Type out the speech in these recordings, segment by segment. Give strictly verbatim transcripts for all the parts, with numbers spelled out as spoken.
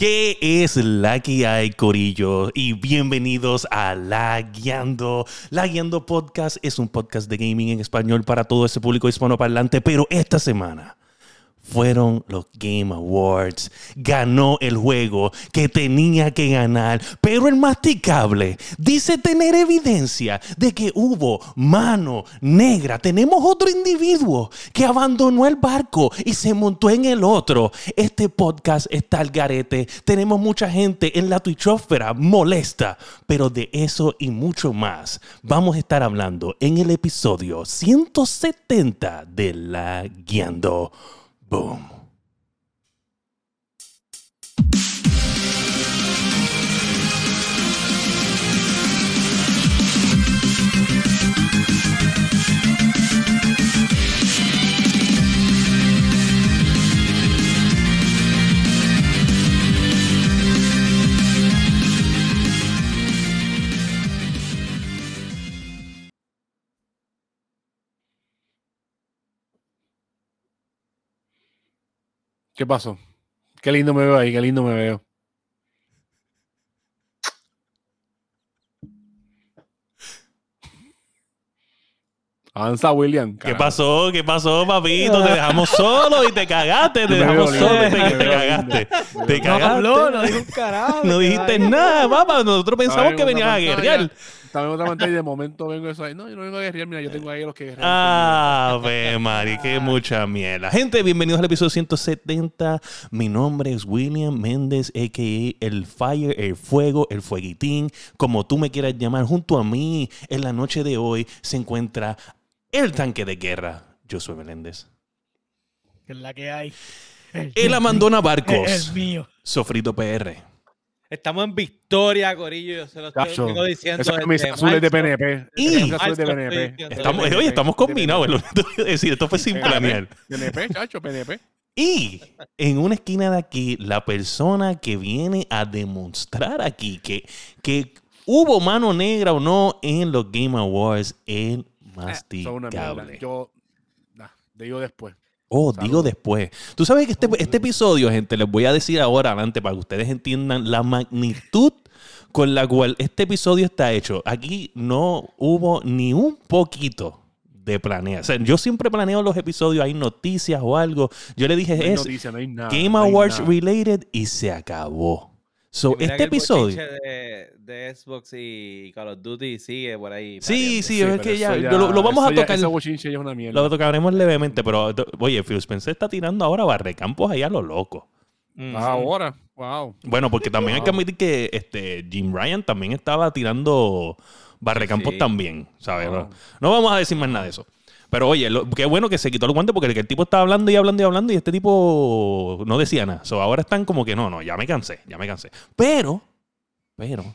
¿Qué es la que hay, corillo? Y bienvenidos a Lagueando. Lagueando Podcast es un podcast de gaming en español para todo ese público hispanoparlante, pero esta semana fueron los Game Awards. Ganó el juego que tenía que ganar, pero el masticable dice tener evidencia de que hubo mano negra. Tenemos otro individuo que abandonó el barco y se montó en el otro. Este podcast está al garete. Tenemos mucha gente en la Twitchósfera molesta, pero de eso y mucho más vamos a estar hablando en el episodio ciento setenta de Lagueando. Boom. ¿Qué pasó? Qué lindo me veo ahí, qué lindo me veo. Avanza, William. ¿Qué pasó? ¿Qué pasó, papito? Te dejamos solo y te cagaste. Te dejamos solo y te, te cagaste. Te cagaste. No habló, no dijo un carajo. No dijiste nada, papá. Nosotros pensamos que venías a guerrear. Estaba en otra pantalla y de momento vengo eso ahí. No, yo no vengo a guerrear. Mira, yo tengo ahí a los que guerrean. Ah, ve, Mari, qué mucha mierda. Gente, bienvenidos al episodio ciento setenta. Mi nombre es William Méndez, a k a. El Fire, el Fuego, el Fueguitín. Como tú me quieras llamar, junto a mí en la noche de hoy se encuentra el tanque de guerra. Yo soy Meléndez. Que es la que hay. El abandona barcos. Es el mío. Sofrito P R. Estamos en victoria, corillo. Yo se lo estoy Cacho, vengo diciendo. esas camisas azules de P N P. Y- Esas camisas azules de P N P. Estamos, oye, estamos combinados. Lo que te voy a decir, esto fue sin planear. P N P, chacho, P N P. Y en una esquina de aquí, la persona que viene a demostrar aquí que, que hubo mano negra o no en los Game Awards, el Son una mierda. masticable. Yo, nah, digo después. Oh, Saludos. digo después. Tú sabes que este, Oh, este episodio, gente, les voy a decir ahora adelante para que ustedes entiendan la magnitud con la cual este episodio está hecho. Aquí no hubo ni un poquito de planear. O sea, yo siempre planeo los episodios, hay noticias o algo. Yo le dije, No hay es noticia, no hay nada, Game no hay Awards nada. related y se acabó. So, Y mira este que el episodio... bochinche De, de Xbox y Call of Duty sigue por ahí. Sí, variando. sí, Sí, es pero que ya, eso yo lo, lo vamos eso a ya- tocar. Ese bochinche ya es una mierda. Lo tocaremos levemente, pero to- oye, Phil Spencer está tirando ahora barrecampos allá a lo loco. Mm. Ahora, wow. Bueno, porque también hay que Wow. admitir que este Jim Ryan también estaba tirando barrecampos Sí. también, ¿sabes? Wow. No, no vamos a decir más nada de eso. Pero oye, lo- qué bueno que se quitó el guante porque el, que el tipo estaba hablando y hablando y hablando y este tipo no decía nada. So, ahora están como que no, no, ya me cansé, ya me cansé. Pero, pero,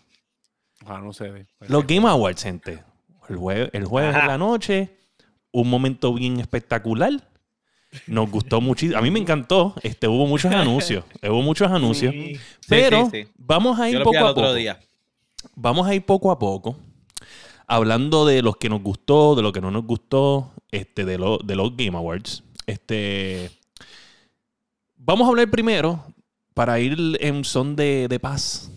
Ah, no sé. los Game Awards, gente, el, jue- el jueves en la noche, un momento bien espectacular. Nos gustó muchísimo. A mí me encantó. Este, hubo muchos anuncios. Hubo muchos anuncios. Sí. Sí, Pero sí, sí. vamos a ir Yo lo poco vi al a otro poco. día. Vamos a ir poco a poco. Hablando de los que nos gustó, de lo que no nos gustó, este, de, lo- de los Game Awards. Este, vamos a hablar primero, para ir en son de, de paz.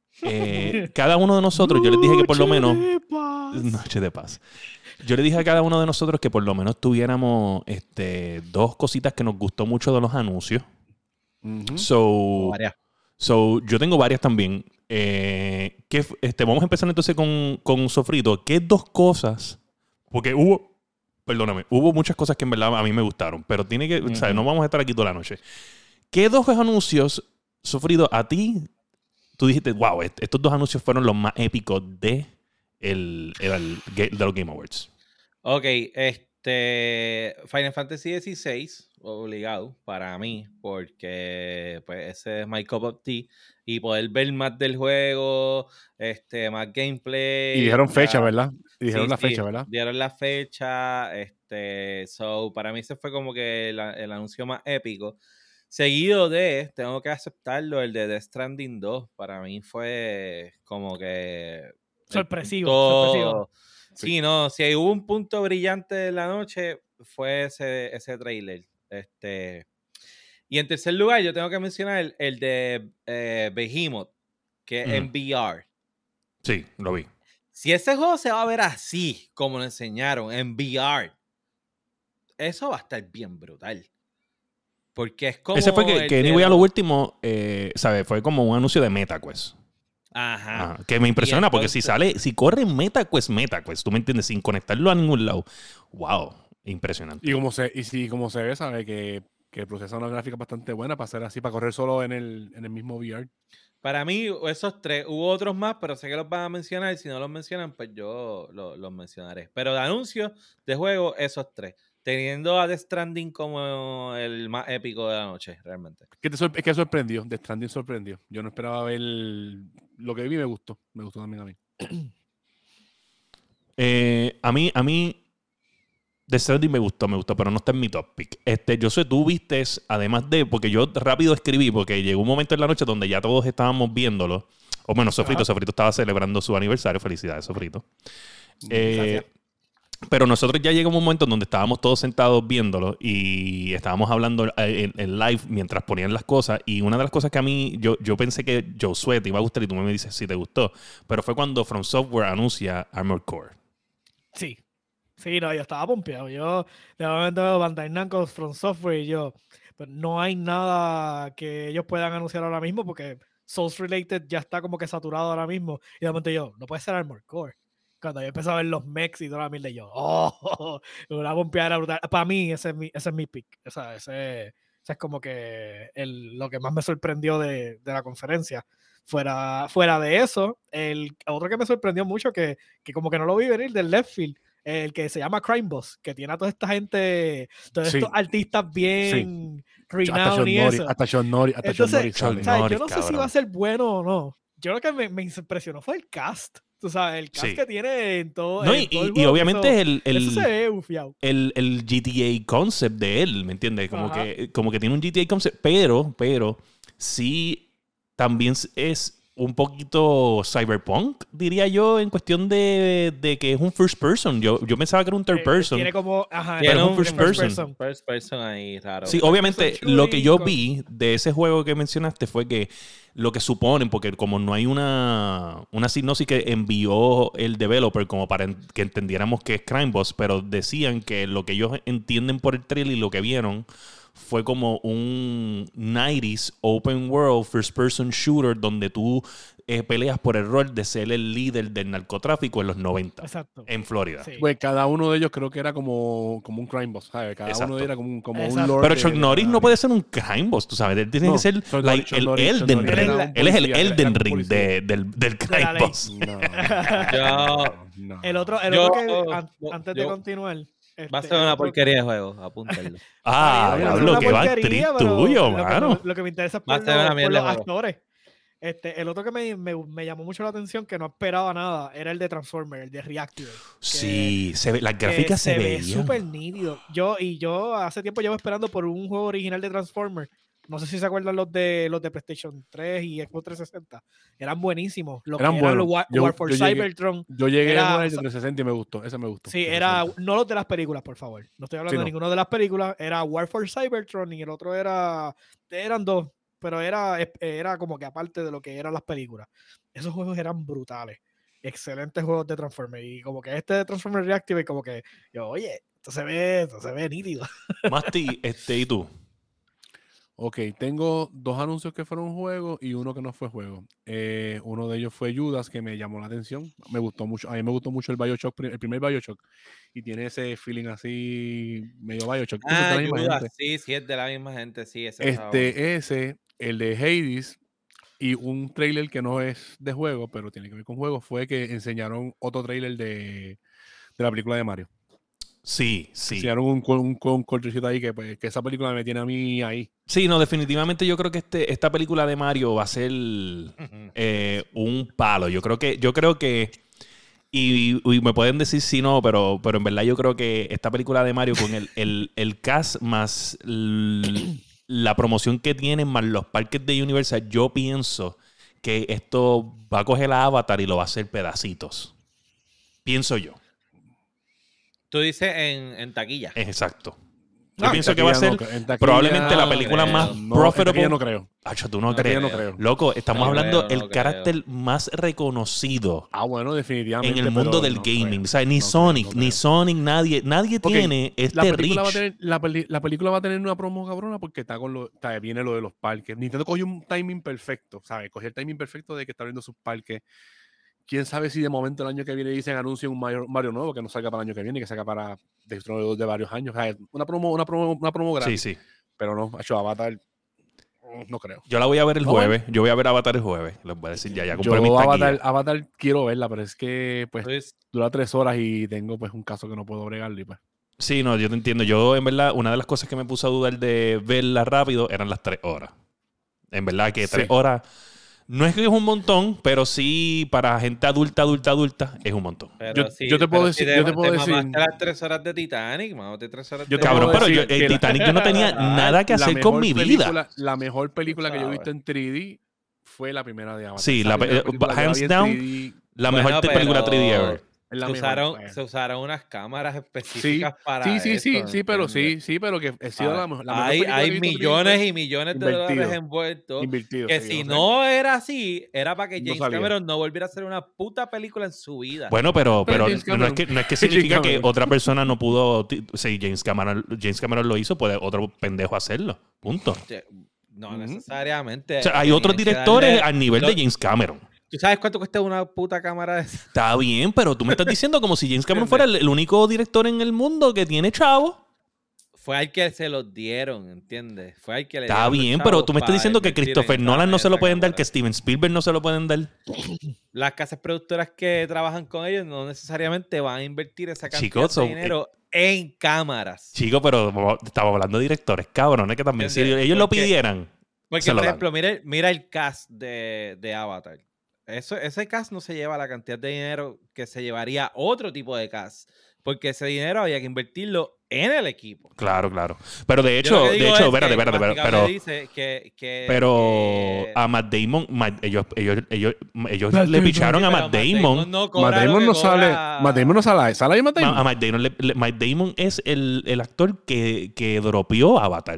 Eh, cada uno de nosotros, yo les dije que por lo menos... Noche de paz. Noche de paz. Yo le dije a cada uno de nosotros que por lo menos tuviéramos este, dos cositas que nos gustó mucho de los anuncios. Ujú. So, Varias. so, yo tengo varias también. Eh, ¿qué f- este, vamos a empezar entonces con, con Sofrito. ¿Qué dos cosas? Porque hubo, perdóname, hubo muchas cosas que en verdad a mí me gustaron, pero tiene que, o sea, no vamos a estar aquí toda la noche. ¿Qué dos anuncios, Sofrito, a ti, tú dijiste, wow, est- estos dos anuncios fueron los más épicos de, el, el- el- de los Game Awards? Ok, este. Final Fantasy dieciséis, obligado para mí, porque pues ese es my cup of tea. Y poder ver más del juego, este, más gameplay. Y dijeron ya- fecha, ¿verdad? Y dijeron Sí, la sí, fecha, ¿verdad? Dieron la fecha. Este, so, para mí ese fue como que la- el anuncio más épico. Seguido de, tengo que aceptarlo, el de Death Stranding dos. Para mí fue como que. el Sorpresivo, punto- sorpresivo. Sí, no, si hubo un punto brillante de la noche, fue ese, ese trailer. Este. Y en tercer lugar, yo tengo que mencionar el, el de eh, Behemoth, que es Ujú. en V R. Sí, lo vi. Si ese juego se va a ver así, como lo enseñaron, en V R, eso va a estar bien brutal. Porque es como. Ese fue que, el que de anyway, a los- lo último, eh, ¿sabes? Fue como un anuncio de MetaQuest. Ajá. Ajá, que me impresiona porque si entonces- sale, si corre MetaQuest, MetaQuest, tú me entiendes, sin conectarlo a ningún lado. Wow, impresionante. Y como se, y si como se ve, sabe que, que procesa una gráfica bastante buena para hacer así, para correr solo en el, en el mismo V R. Para mí, esos tres, hubo otros más, pero sé que los van a mencionar. Y si no los mencionan, pues yo lo- los mencionaré. Pero de anuncios de juego, esos tres. Teniendo a Death Stranding como el más épico de la noche, realmente. ¿Qué te sorpre- qué sorprendió? The Stranding sorprendió. Yo no esperaba ver el- lo que vi, me gustó. Me gustó también a mí. Eh, a mí, a mí, The Stranding me gustó, me gustó, pero no está en mi top pick. Este, yo sé, tú vistes, además de, porque yo rápido escribí, porque llegó un momento en la noche donde ya todos estábamos viéndolo. O bueno, Sofrito, Ajá. Sofrito estaba celebrando su aniversario. Felicidades, Sofrito. Eh, Gracias. pero nosotros ya llegamos a un momento donde estábamos todos sentados viéndolo y estábamos hablando en, en live mientras ponían las cosas. Y una de las cosas que a mí, yo, yo pensé que Josué te iba a gustar y tú me dices si te gustó, pero fue cuando From Software anuncia Armored Core. Sí. Sí, no, yo estaba pompeado. Yo, de momento veo Bandai Namco, From Software y yo, pues no hay nada que ellos puedan anunciar ahora mismo porque Souls Related ya está como que saturado ahora mismo. Y de momento yo, no puede ser Armored Core. Cuando yo empecé a ver los mechs y toda la mierda, yo, oh, una pompeada brutal. Para mí, ese es mi, ese es mi pick. O sea, ese, ese es como que el, lo que más me sorprendió de, de la conferencia. Fuera, fuera de eso, el otro que me sorprendió mucho, que, que como que no lo vi venir, del left field, el que se llama Crime Boss, que tiene a toda esta gente, todos Sí. estos artistas bien Hasta renowned Sean y Norris, eso. hasta Sean Norris, hasta Sean Entonces, Norris Sean sale. o sea, Norris, yo no sé si cabrón. va a ser bueno o no. Yo lo que me, me impresionó fue el cast. Tú sabes, el cast Sí. que tiene en todo. No, en y, todo el y- y juego, obviamente eso, es el, el, eso se ve bufiado. el, el G T A concept de él, ¿me entiendes? Como Ajá. que, como que tiene un G T A concept, pero, pero sí también es un poquito cyberpunk, diría yo, en cuestión de, de que es un first person. Yo, yo pensaba que era un third Eh, person. Tiene como. Ajá, Tiene Pero es un un first person. First person ahí raro. Sí, First obviamente person lo que yo shooting vi de ese juego que mencionaste fue que lo que suponen, porque como no hay una, una sinopsis que envió el developer como para en- que entendiéramos que es Crime Boss, pero decían que lo que ellos entienden por el trailer y lo que vieron fue como un nineties open world first person shooter donde tú eh, peleas por el rol de ser el líder del narcotráfico en los noventa Exacto. en Florida. Sí. Pues cada uno de ellos creo que era como, como un crime boss, ¿sabes? Cada Exacto. uno de ellos era como un, como un Exacto. lord. Pero de- Chuck de Norris cada no área. puede ser un crime boss, tú sabes. Él tiene No, que ser Chuck like, Norris- Chuck el Norris- Chuck Elden Norris Ring. era un Él es el policía, era Elden un Ring policía. de- del, del la crime ley. boss. No, Yo- no. El otro, el Yo- otro que, an- yo- antes de yo- continuar. Va a este, ser el una otro- porquería de juego, apúntalo. Ah, Está bien, no, diablo, no, qué no, va porquería, actriz pero tuyo, lo que, mano. me, lo que me interesa es Va a por, ser los, una por mierda los de juego. actores. Este, el otro que me, me, me llamó mucho la atención, que no esperaba nada, era el de Transformers, el de Reactivate. Sí, se ve, las que gráficas se, se ve veían. súper nítido. Yo, y yo hace tiempo llevo esperando por un juego original de Transformers. No sé si se acuerdan los de los de PlayStation tres y Xbox trescientos sesenta. Eran buenísimos. Lo Eran que eran los buenos. War, Yo- War for yo llegué- Cybertron. Yo llegué Era- a jugar el o de sea, trescientos sesenta y me gustó. Ese me gustó. Sí, Ese era me gustó. no los de las películas, por favor. No estoy hablando Sí, de no. ninguno de las películas. Era War for Cybertron y el otro era. Eran dos, pero era, era como que aparte de lo que eran las películas. Esos juegos eran brutales. Excelentes juegos de Transformers. Y como que este de Transformers Reactive, como que yo, oye, esto se ve, esto se ve nítido. Masti, este, ¿y tú? Ok, tengo dos anuncios que fueron juegos y uno que no fue juego. Eh, uno de ellos fue Judas, que me llamó la atención. Me gustó mucho. A mí me gustó mucho el BioShock, pri- el primer BioShock. Y tiene ese feeling así, medio BioShock. Entonces, Ah, de la misma Judas, gente. sí, sí, es de la misma gente, sí. Ese está bueno. Este, ese, el de Hades y un trailer que no es de juego, pero tiene que ver con juego, fue que enseñaron otro trailer de, de la película de Mario. Sí, sí. Enseñaron un, co- un, co- un cortecito ahí que, pues, que esa película me tiene a mí ahí. Sí, no, definitivamente yo creo que este, esta película de Mario va a ser eh, un palo. Yo creo que, yo creo que, y, y me pueden decir si no, pero, pero en verdad yo creo que esta película de Mario con el, el, el cast más l- la promoción que tienen más los parques de Universal, yo pienso que esto va a coger a Avatar y lo va a hacer pedacitos. Pienso yo. Tú dices en, en taquilla. Es exacto. Yo No, pienso en que va a taquilla ser no, en taquilla probablemente la no película creo. más no, en profitable. taquilla no creo. Acho, tú no No crees. yo no creo. Loco, estamos No hablando creo, el no carácter más reconocido Ah, bueno, en definitivamente. el mundo pero del no gaming. creo, O sea, ni no creo, Sonic, no ni creo. Sonic, nadie, nadie Ok, tiene La este película, va a reach. tener, la, peli- la película va a tener una promo cabrona porque está con lo, está, viene lo de los parques. Nintendo cogió un timing perfecto, ¿sabes? Cogió el timing perfecto de que está abriendo sus parques. Quién sabe si de momento el año que viene dicen anuncian un Mario, Mario nuevo que no salga para el año que viene, que salga para dentro de varios años. O sea, una promo, una promo, una promo Sí, gratis. sí. Pero no, hecho Avatar, no creo. Yo la voy a ver el Vamos a ver. jueves. Yo voy a ver Avatar el jueves. Les voy a decir ya, ya compré mis Yo taquillas. Avatar, Avatar quiero verla, pero es que pues Entonces, dura tres horas y tengo pues un caso que no puedo bregarlo y pues. Sí, no, yo te entiendo. Yo, en verdad, una de las cosas que me puso a dudar de verla rápido eran las tres horas. En verdad que tres Sí. horas no es que es un montón, pero sí para gente adulta, adulta, adulta es un montón. pero Yo- si- yo te puedo pero si decir- yo te puedo mamaste decir- las tres horas de Titanic, mámate tres horas Yo de te Cabrón, puedo pero yo, decir el que la- Titanic yo no tenía Ah, nada que La hacer con mejor mi vida. película- La mejor película que yo he sabes. visto en tres D fue la primera de Avatar. Sí, Esa la- primera eh, película que hands vi en down, tres D La Bueno, mejor te- película tres D pero ever. es la se, mejor, usaron, pues. se usaron unas cámaras Sí, específicas para sí, sí, sí, esto, sí, pero ¿entiendes? sí, sí, pero que ha sido Ah, la, mejor- la mejor hay película que he hay visto en millones tres D y millones de invertido. dólares envueltos. invertido. Que sí, si yo sé. no era así, era para que No James salía. Cameron no volviera a hacer una puta película en su vida. Bueno, pero, Pero pero James no, es que, no es que James significa que Cameron. otra persona no pudo. ti- Si James Cameron, James Cameron lo hizo, puede otro pendejo hacerlo. Punto. Che, No Ujú. necesariamente. O sea, hay tenían otros que directores darle- al nivel lo- de James Cameron. ¿Tú sabes cuánto cuesta una puta cámara de esa? Está bien, pero tú me estás diciendo como si James Cameron fuera el, el único director en el mundo que tiene chavo. Fue al que se los dieron, ¿entiendes? Fue al que le Está dieron los bien, chavos pero tú me estás para diciendo que invertir en Christopher esa- Nolan no se esa lo pueden dar, cámara. que Steven Spielberg no se lo pueden dar. Las casas productoras que trabajan con ellos no necesariamente van a invertir esa cantidad Chicos, son- de dinero en cámaras. Chico, pero vamos- estamos hablando de directores, cabrones, que también, si ¿Entiendes? ellos lo Porque- pidieran. Porque, se lo por dan. ejemplo, mira, el- mira el cast de, de Avatar. Eso, ese cast no se lleva la cantidad de dinero que se llevaría otro tipo de cast. Porque ese dinero había que invertirlo en el equipo. Claro, claro. Pero de Yo hecho, lo que de digo hecho, es espérate, que espérate, espérate, Masticable pero, dice que, que- pero que- a Matt Damon, Matt- ellos, ellos, ellos, ellos Matt le Damon. picharon a pero Matt Damon. no cobra Matt lo Damon que no sale. cobra- Matt Damon no sale. ¿Sale ahí Matt Damon? Ma- A Matt Damon, le- le- Matt Damon es el, el actor que, que dropeó Avatar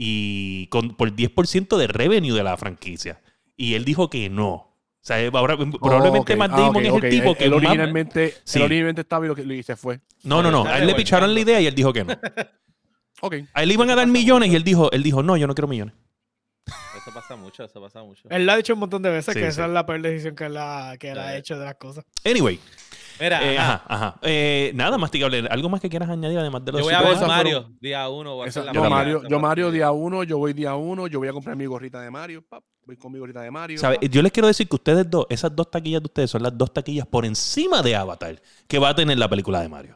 y con, por diez por ciento de revenue de la franquicia. Y él dijo que no. O sea, ahora, probablemente Oh, ok. Matt Ah, Damon ok, es ok. el tipo Él- que él más- originalmente, Sí. él originalmente estaba y lo que y se fue. No, no, no. Está A él le picharon la revolcando. idea y él dijo que no. Ok. A él le iban a Eso dar pasa millones mucho. y él dijo, él dijo, no, yo no quiero millones. Eso pasa mucho, eso pasa mucho. Él lo ha dicho un montón de veces Sí, que sí. esa es la peor decisión que él ha, que él ha Eh. hecho de las cosas. Anyway, Mira, eh, ajá, ajá, ajá. Eh, nada, masticable. ¿Algo más que quieras añadir además de los yo voy a super- ver cosas Mario fueron- día uno. Voy a Esa- hacer la yo, también. Mario, esa yo Mario partida. día uno, yo voy día uno, yo voy a comprar mi gorrita de Mario. Pap, voy con mi gorrita de Mario. ¿Sabe? pap. Yo les quiero decir que ustedes dos, esas dos taquillas de ustedes son las dos taquillas por encima de Avatar que va a tener la película de Mario.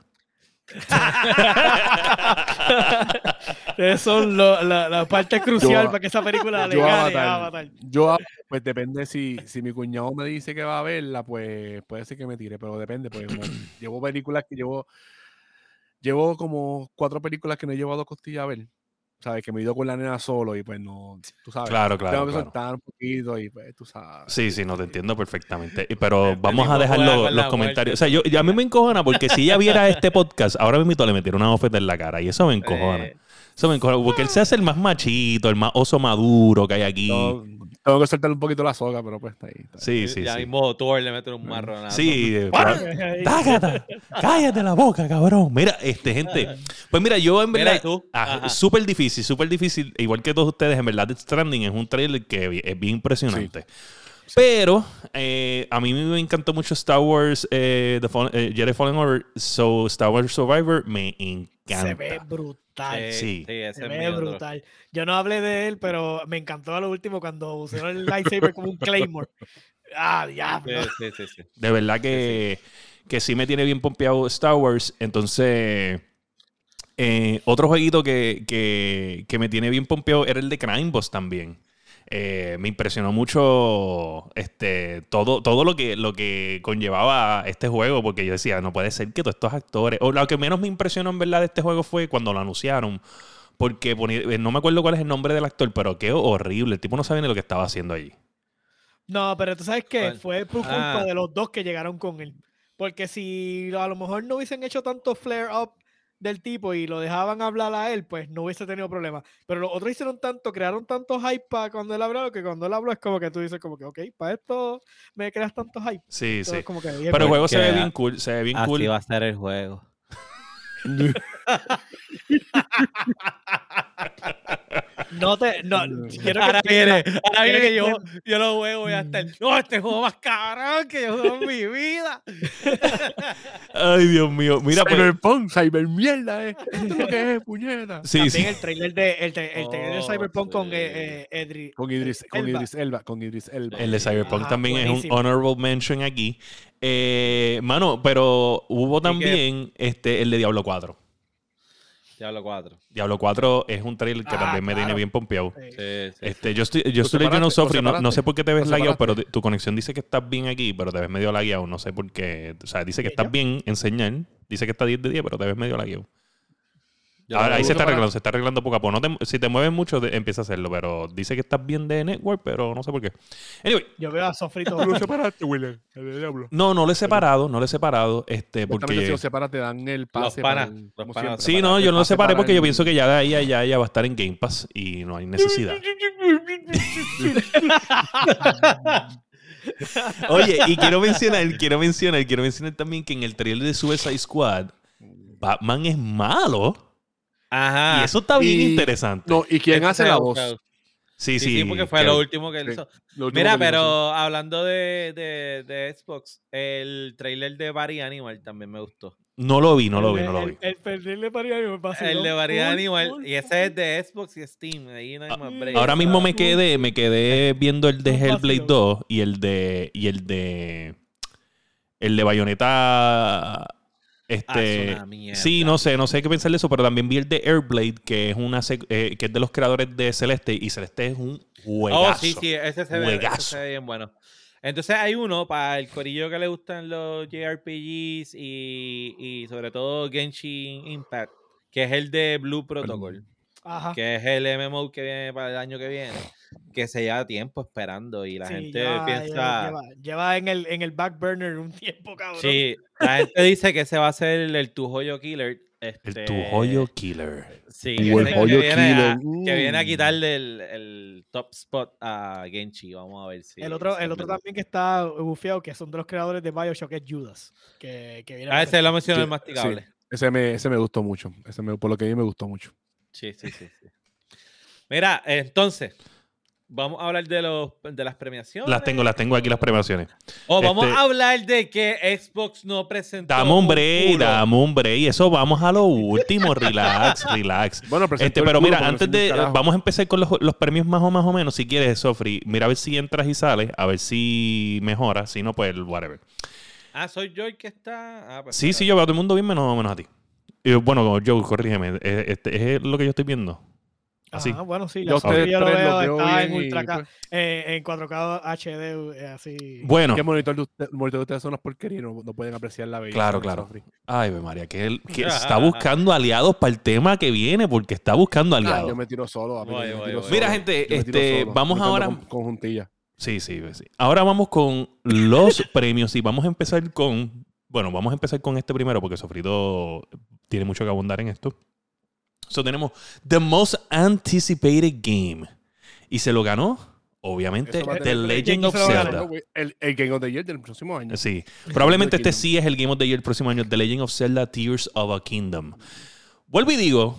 Eso es lo- la, la parte crucial Yo- para que esa película le Yo gane Avatar, a Avatar. yo, pues depende si, si mi cuñado me dice que va a verla, pues puede ser que me tire, pero depende, pues como llevo películas que llevo, llevo como cuatro películas que no he llevado a costilla a ver, ¿sabes? Que me he ido con la nena solo y pues no, tú sabes. Claro, claro, Tengo que claro. soltar un poquito y pues tú sabes. Sí, sí, no te entiendo perfectamente. Y- Pero Este vamos a tipo dejar juega los, con los la comentarios. muerte. O sea, yo, yo- a mí me encojona porque si ella viera este podcast, ahora mismo le metieron una bofeta en la cara y eso me encojona. Eh, Eso me encojona porque él se hace el más machito, el más oso maduro que hay aquí. Tengo, tengo que soltar un poquito la soga, pero pues está ahí. está ahí. Sí, sí, ya sí. mismo Thor le mete un marronazo. Sí, eh, Tácata, cállate la boca, cabrón. Mira, este, gente. Pues mira, yo en Mira, verdad. ¿y tú? ah, Ajá. súper difícil, súper difícil. Igual que todos ustedes, en verdad, Death Stranding es un trailer que vi- es bien impresionante. Pero eh, a mí me encantó mucho Star Wars eh, The Fall- eh, Jedi Fallen Order. So Star Wars Survivor me encanta. Se ve brutal. Sí. ese Se es ve mi otro. brutal. Yo no hablé de él, pero me encantó a lo último cuando usaron el lightsaber como un Claymore. Ah, diablo. Sí, sí, sí, sí. De verdad que, que sí me tiene bien pompeado Star Wars. Entonces, eh, otro jueguito que, que, que me tiene bien pompeado era el de Crime Boss también. Eh, me impresionó mucho este, todo, todo lo que, lo que conllevaba este juego, porque yo decía, no puede ser que todos estos actores, o lo que menos me impresionó en verdad de este juego fue cuando lo anunciaron, porque ponía- no me acuerdo cuál es el nombre del actor, pero qué horrible, el tipo no sabe ni lo que estaba haciendo allí. No, pero tú sabes que ¿Cuál? fue por culpa Ah. de los dos que llegaron con él. Porque si a lo mejor no hubiesen hecho tanto flare up del tipo y lo dejaban hablar a él, pues no hubiese tenido problema. Pero los otros hicieron tanto, crearon tanto hype para cuando él habló, que cuando él habló es como que tú dices como que, ok, para esto me creas tanto hype. Sí, Entonces, sí. como que, Pero el juego se ve Porque bien cool, se ve bien Así cool. va a ser el juego. No te, no, quiero que Ahora viene, entiendas- ahora quiero viene que que yo, entiendas- yo lo juego voy a estar. No, este juego más cabrón que yo juego en mi vida. Ay, Dios mío. Mira, pues. Cyberpunk, Cybermierda, eh. Esto es lo que es, puñeta. Sí, También sí. el trailer de, el, tra- el trailer de Oh, Cyberpunk con sí. eh, eh, Edri- Con Idris, con Elba. Idris Elba, con Idris Elba. El de Cyberpunk Ajá, también es buenísimo. un honorable mention aquí. Eh, mano, pero hubo que- también este, el de Diablo cuatro. Diablo cuatro. Diablo cuatro es un trailer que Ah, también me tiene claro. bien pompeado. Sí. Sí, sí, Este, yo estoy, yo ¿Lo estoy leyendo separaste? ¿Lo Sofri, no, no separaste? sé por qué te ves ¿Lo lagueado, pero separaste? te- tu conexión dice que estás bien aquí, pero te ves medio lagueado. No sé por qué. O sea, dice que ¿Y estás yo? bien en señal. Dice que está diez de diez, pero te ves medio lagueado. Yo Ahora, lo- ahí ¿Lo se está separaste? arreglando, se está arreglando poco a poco. No te- si te mueves mucho, te- empieza a hacerlo, pero dice que estás bien de network, pero no sé por qué. Anyway, Yo veo a Sofrito. Tú lo separaste, William, el de Diablo. no, no lo he separado, no lo he separado, este, Porque si porque... lo separas te dan el pase. panas, para el- los como panas siempre. Sí, no, El yo no lo pase separé para porque yo el- pienso que ya de ahí a allá ya va a estar en Game Pass y no hay necesidad. Oye, y quiero mencionar, quiero mencionar, quiero mencionar también que en el trailer de Suicide Squad, Batman es malo. Ajá. Y eso está bien Y- interesante. No, ¿y quién Este hace se la ha voz? buscado. sí, Sí, sí. sí, porque fue que- lo último que él Sí. hizo. Lo último Mira, que pero hizo, hablando de, de, de Xbox, el trailer de Barry Animal también me gustó. No lo vi, no lo vi, El- no lo el- vi. El perder de María me pasó. El de Barry Animal, y ese es de Xbox y Steam. Ahí no hay Ah, más break. Ahora mismo me un- quedé, me quedé viendo el de un Hellblade vacío. dos y el de y el de el de Bayonetta este Ah, es una mierda. sí, no sé, no sé qué pensar de eso, pero también vi el de Airblade, que es una sec- eh, que es de los creadores de Celeste, y Celeste es un juegazo. Oh, sí, sí, ese se, ve, ese Juegazo. se ve bien bueno. Entonces hay uno para el corillo que le gustan los J R P Gs y, y sobre todo Genshin Impact, que es el de Blue Protocol, Ajá. que es el M M O que viene para el año que viene, que se lleva tiempo esperando y la Sí, gente lleva, piensa... Lleva, lleva en, el, en el back burner un tiempo, cabrón. Sí, la gente dice que ese va a ser el, el Tu Joyo Killer. Este, El Tu Joyo Killer. Sí, Uh, que, el ese Joyo que viene a, Killer, que viene a mm. quitarle el, el top spot a Genshi. Vamos a ver si... El otro, si el es otro verdad. también que está bufeado, que son de los creadores de Bioshock, es Judas. Que, que viene Ah, por ese ahí. lo mencionó Sí, el masticable. sí. Ese me, ese me gustó mucho. Ese me, por lo que vi me gustó mucho. Sí, sí, sí. sí. Mira, entonces, vamos a hablar de, los, de las premiaciones. Las tengo, las tengo aquí las premiaciones. O vamos Este- a hablar de que Xbox no presentó. Dame un break, culo. dame un break. Eso vamos a lo último. Relax, relax. Bueno, presentó Este, el pero culo, mira, pero no antes enseñó un de. carajo. Vamos a empezar con los, los premios más o más o menos. Si quieres, Sofri, mira a ver si entras y sales. A ver si mejora. Si no, pues whatever. Ah, soy yo el que está. Ah, pues Sí, sí, espérate. yo veo a todo el mundo bien, menos, menos a ti. Y, bueno, Joe, corrígeme. ¿Es, este, ¿Es lo que yo estoy viendo? Así. Ajá, bueno, sí, Yo la ustedes serie yo lo tres veo, los veo está en, bien y, ultra K- pues, eh, en cuatro K H D, eh, así. Bueno, ¿Qué monitor de, usted- monitor de ustedes son unas porquerías? No, no pueden apreciar la belleza. Claro, de claro. Sofri. ay, ve María, que, él, que está buscando aliados para el tema que viene, porque está buscando Ah, aliados. yo me tiro solo. papi, Voy, yo me voy, tiro voy. solo. Mira, gente, Yo me tiro este, solo. vamos Yo me ahora- ando Con, con juntilla. Sí, sí, sí. Ahora vamos con los premios y vamos a empezar con... Bueno, vamos a empezar con este primero porque Sofrito tiene mucho que abundar en esto. So, tenemos The Most Anticipated Game. Y se lo ganó, obviamente, Eso va a The tener- Legend ¿Quién of se lo ganó? Zelda. El, el Game of the Year del próximo año. Sí. Probablemente este Kingdom. sí es el Game of the Year el próximo año. The Legend of Zelda Tears of a Kingdom. Vuelvo y digo,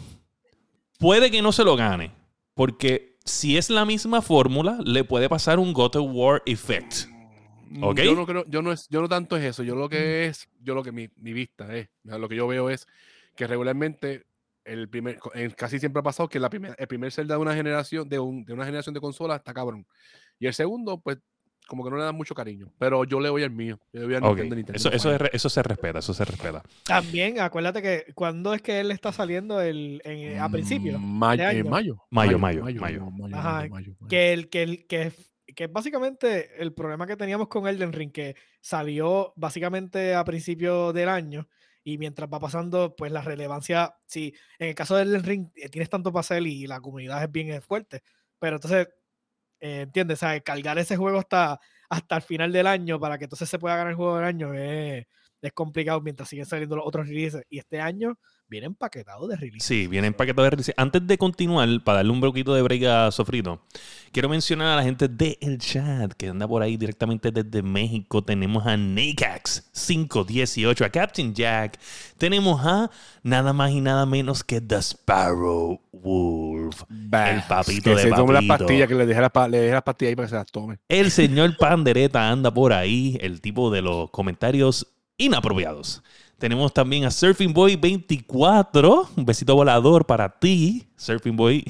puede que no se lo gane. Porque si es la misma fórmula, le puede pasar un God of War effect. ¿Ok? Yo no creo, yo no es, yo no tanto es eso. Yo lo que es, yo lo que mi, mi vista es, lo que yo veo es que regularmente el primer, en- casi siempre ha pasado que la primer, el primer Zelda de una generación, de, un, de una generación de consolas está cabrón. Y el segundo, pues, como que no le dan mucho cariño. Pero yo le voy al mío. Yo le voy al Ok. Nintendo, Nintendo Eso, eso, Fire. es re- eso se respeta, eso se respeta. También, acuérdate que cuando es que él está saliendo el, en- a principio. Ma- de eh, año. mayo. Mayo, mayo, mayo, mayo. mayo, Ajá, mayo, mayo, mayo. Que el que el que que es básicamente el problema que teníamos con Elden Ring, que salió básicamente a principio del año y mientras va pasando, pues la relevancia, sí, en el caso de Elden Ring eh, tienes tanto para hacer y la comunidad es bien eh, fuerte, pero entonces, eh, ¿entiendes? O sea, cargar ese juego hasta, hasta el final del año para que entonces se pueda ganar el juego del año es, es complicado mientras siguen saliendo los otros releases. Y este año, viene empaquetado de release. Sí, viene empaquetado de release. Antes de continuar, para darle un poquito de break a Sofrito, quiero mencionar a la gente del chat que anda por ahí directamente desde México. Tenemos a Nakax cinco dieciocho, a Captain Jack. Tenemos a nada más y nada menos que The Sparrow Wolf. Bah, el papito que de se tome las papito. pastillas, que le deje, la, pa- le deje las pastillas ahí para que se las tome. El señor Pandereta anda por ahí, el tipo de los comentarios inapropiados. Tenemos también a Surfing Boy veinticuatro. Un besito volador para ti, Surfing Boy.